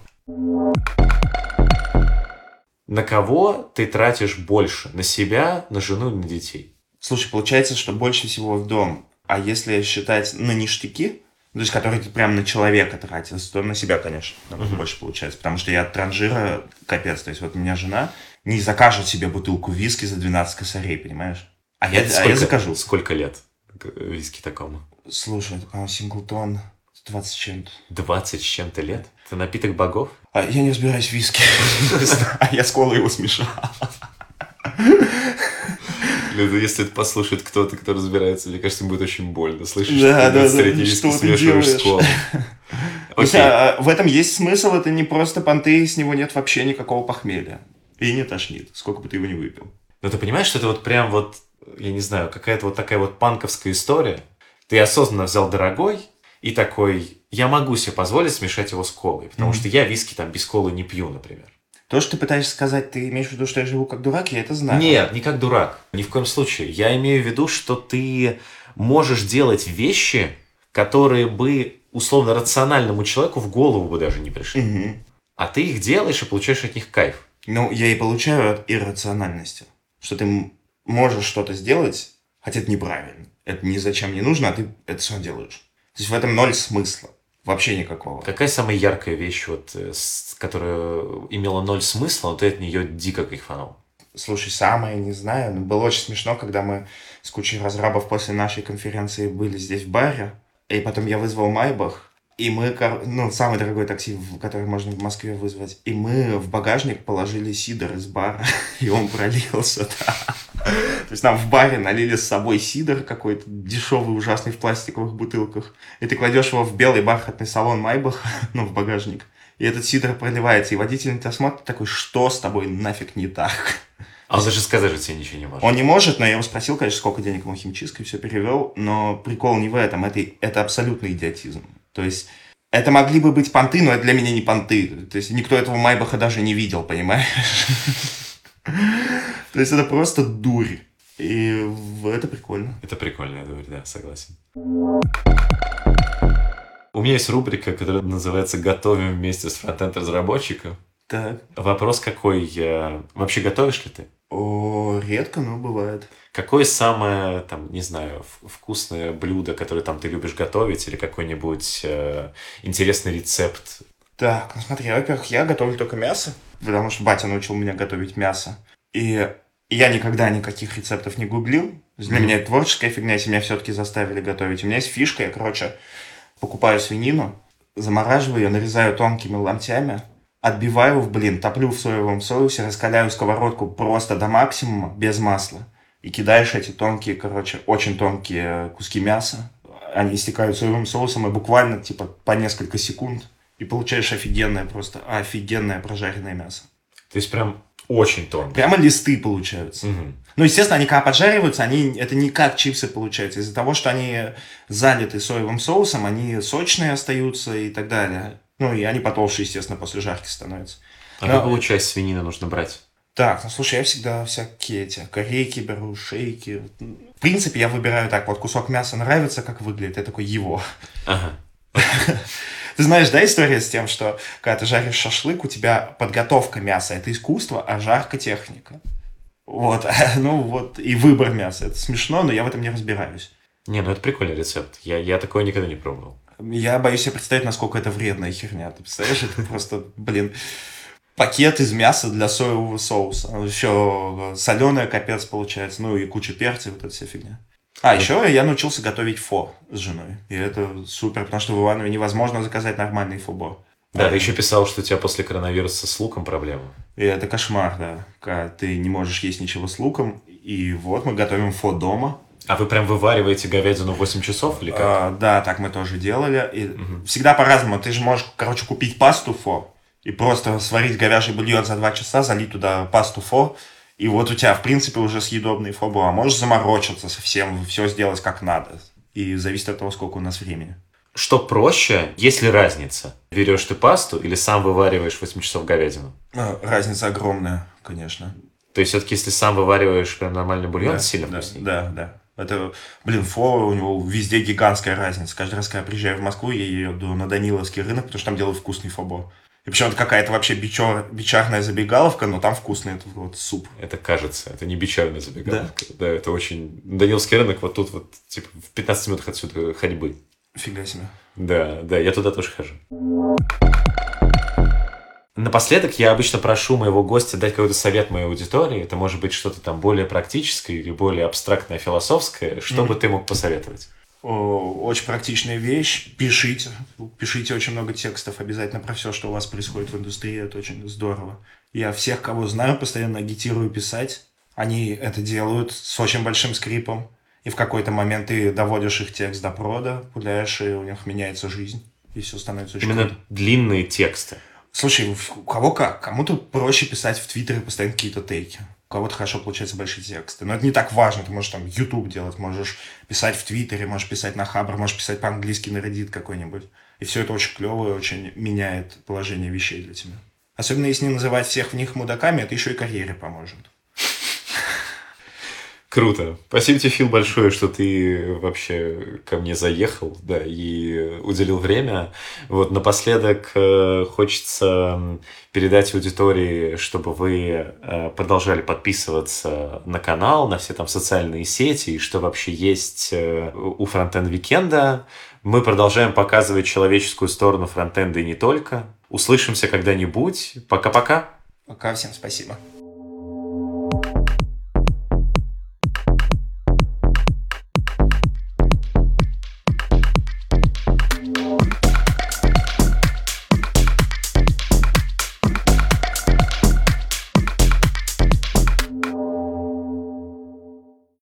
На кого ты тратишь больше? На себя, на жену или на детей? Слушай, получается, что больше всего в дом. А если считать на ништяки, то есть которые ты прям на человека тратишь, то на себя, конечно, больше получается. Потому что я от транжира капец. То есть вот у меня жена не закажет себе бутылку виски за 12 косарей, понимаешь? А я закажу. Сколько лет виски такому? Слушай, это, по-моему, синглтон 20 с чем-то. 20 с чем-то лет? Это напиток богов? Я не разбираюсь в виски. А я с колой его смешал. Если это послушает кто-то, кто разбирается, мне кажется, им будет очень больно. Слышишь, да, что ты 20-летний виски смешиваешь с колой. В этом есть смысл, это не просто понты, с него нет вообще никакого похмелья. И не тошнит, сколько бы ты его не выпил. Но ты понимаешь, что это вот прям вот, я не знаю, какая-то вот такая вот панковская история. Ты осознанно взял дорогой и такой, я могу себе позволить смешать его с колой, потому что я виски там без колы не пью, например. То, что ты пытаешься сказать, ты имеешь в виду, что я живу как дурак, я это знаю. Нет, не как дурак, ни в коем случае. Я имею в виду, что ты можешь делать вещи, которые бы условно рациональному человеку в голову бы даже не пришли. Угу. А ты их делаешь и получаешь от них кайф. Ну, я и получаю от иррациональности. Что ты можешь что-то сделать, хотя это неправильно. Это ни зачем не нужно, а ты это все делаешь. То есть в этом ноль смысла. Вообще никакого. Какая самая яркая вещь, которая имела ноль смысла, но ты от нее дико кайфанул? Слушай, самое, не знаю, но было очень смешно, когда мы с кучей разрабов после нашей конференции были здесь в баре, и потом я вызвал Майбах, и мы, самый дорогой такси, который можно в Москве вызвать, и мы в багажник положили сидр из бара, и он пролился, да. То есть нам в баре налили с собой сидр какой-то дешевый, ужасный в пластиковых бутылках, и ты кладешь его в белый бархатный салон Майбах, в багажник, и этот сидр проливается, и водитель на тебя смотрит такой, что с тобой нафиг не так? А он даже сказать же тебе ничего не может. Он не может, но я его спросил, конечно, сколько денег ему химчистка, и все перевел, но прикол не в этом, это абсолютный идиотизм. То есть это могли бы быть понты, но это для меня не понты. То есть никто этого Майбаха даже не видел, понимаешь? То есть это просто дурь. И это прикольно. Это прикольная дурь, да, согласен. У меня есть рубрика, которая называется «Готовим вместе с фронтенд-разработчиком». Так. Вопрос какой? Вообще готовишь ли ты? Редко, но бывает. Какое самое, не знаю, вкусное блюдо, которое ты любишь готовить, или какой-нибудь интересный рецепт? Так, смотри, во-первых, я готовлю только мясо, потому что батя научил меня готовить мясо. И я никогда никаких рецептов не гуглил. Для меня это творческая фигня, если меня все-таки заставили готовить. У меня есть фишка, я, покупаю свинину, замораживаю ее, нарезаю тонкими ломтями, отбиваю топлю в соевом соусе, раскаляю сковородку просто до максимума, без масла. И кидаешь эти тонкие, очень тонкие куски мяса. Они истекают соевым соусом, и буквально, по несколько секунд. И получаешь офигенное прожаренное мясо. То есть прям очень тонко. Прямо листы получаются. Угу. Ну, естественно, они когда поджариваются, это не как чипсы получаются. Из-за того, что они залиты соевым соусом, они сочные остаются и так далее. Ну, и они потолще, естественно, после жарки становятся. Какую часть свинины нужно брать? Так, слушай, я всегда всякие корейки беру, шейки. В принципе, я выбираю так, кусок мяса нравится, как выглядит, я такой его. Ага. Ты знаешь, да, история с тем, что когда ты жаришь шашлык, у тебя подготовка мяса – это искусство, а жарка – техника. И выбор мяса. Это смешно, но я в этом не разбираюсь. Это прикольный рецепт. Я такое никогда не пробовал. Я боюсь себе представить, насколько это вредная херня. Ты представляешь, это просто, пакет из мяса для соевого соуса. Еще соленая капец получается, и куча перца, эта вся фигня. Еще я научился готовить фо с женой. И это супер, потому что в Иванове невозможно заказать нормальный фо-бо. Да, ты еще писал, что у тебя после коронавируса с луком проблемы. И это кошмар, да. Когда ты не можешь есть ничего с луком. И мы готовим фо дома. А вы прям вывариваете говядину 8 часов или как? Да, так мы тоже делали. И всегда по-разному. Ты же можешь, купить пасту фо и просто сварить говяжий бульон за 2 часа, залить туда пасту фо. И у тебя, в принципе, уже съедобный фо-бо. А можешь заморочиться совсем, все сделать как надо. И зависит от того, сколько у нас времени. Что проще, есть ли разница? Берешь ты пасту или сам вывариваешь 8 часов говядину? Разница огромная, конечно. То есть, все-таки, если сам вывариваешь прям нормальный бульон, это сильно вкуснее? Да. Это, фо, у него везде гигантская разница. Каждый раз, когда я приезжаю в Москву, я еду на Даниловский рынок, потому что там делают вкусный фо-бо. И причем это какая-то вообще бичарная забегаловка, но там вкусный суп. Это кажется, это не бичарная забегаловка. Да, это очень... Даниловский рынок тут в 15 минутах отсюда ходьбы. Фига себе. Да, я туда тоже хожу. Напоследок я обычно прошу моего гостя дать какой-то совет моей аудитории. Это может быть что-то более практическое или более абстрактное, философское. Что бы ты мог посоветовать? Очень практичная вещь. Пишите. Пишите очень много текстов обязательно про все, что у вас происходит в индустрии. Это очень здорово. Я всех, кого знаю, постоянно агитирую писать. Они это делают с очень большим скрипом. И в какой-то момент ты доводишь их текст до прода, пуляешь, и у них меняется жизнь. И все становится очень круто. Именно длинные тексты. Слушай, у кого как. Кому-то проще писать в Твиттере постоянно какие-то тейки. У кого-то хорошо получаются большие тексты. Но это не так важно. Ты можешь YouTube делать, можешь писать в Твиттере, можешь писать на Хабр, можешь писать по-английски на Reddit какой-нибудь. И все это очень клево и очень меняет положение вещей для тебя. Особенно если не называть всех в них мудаками, это еще и карьере поможет. Круто. Спасибо тебе, Фил, большое, что ты вообще ко мне заехал, да, и уделил время. Вот напоследок хочется передать аудитории, чтобы вы продолжали подписываться на канал, на все там социальные сети, и что вообще есть у Фронтенд Викенда. Мы продолжаем показывать человеческую сторону фронтенда и не только. Услышимся когда-нибудь. Пока-пока. Пока, всем спасибо.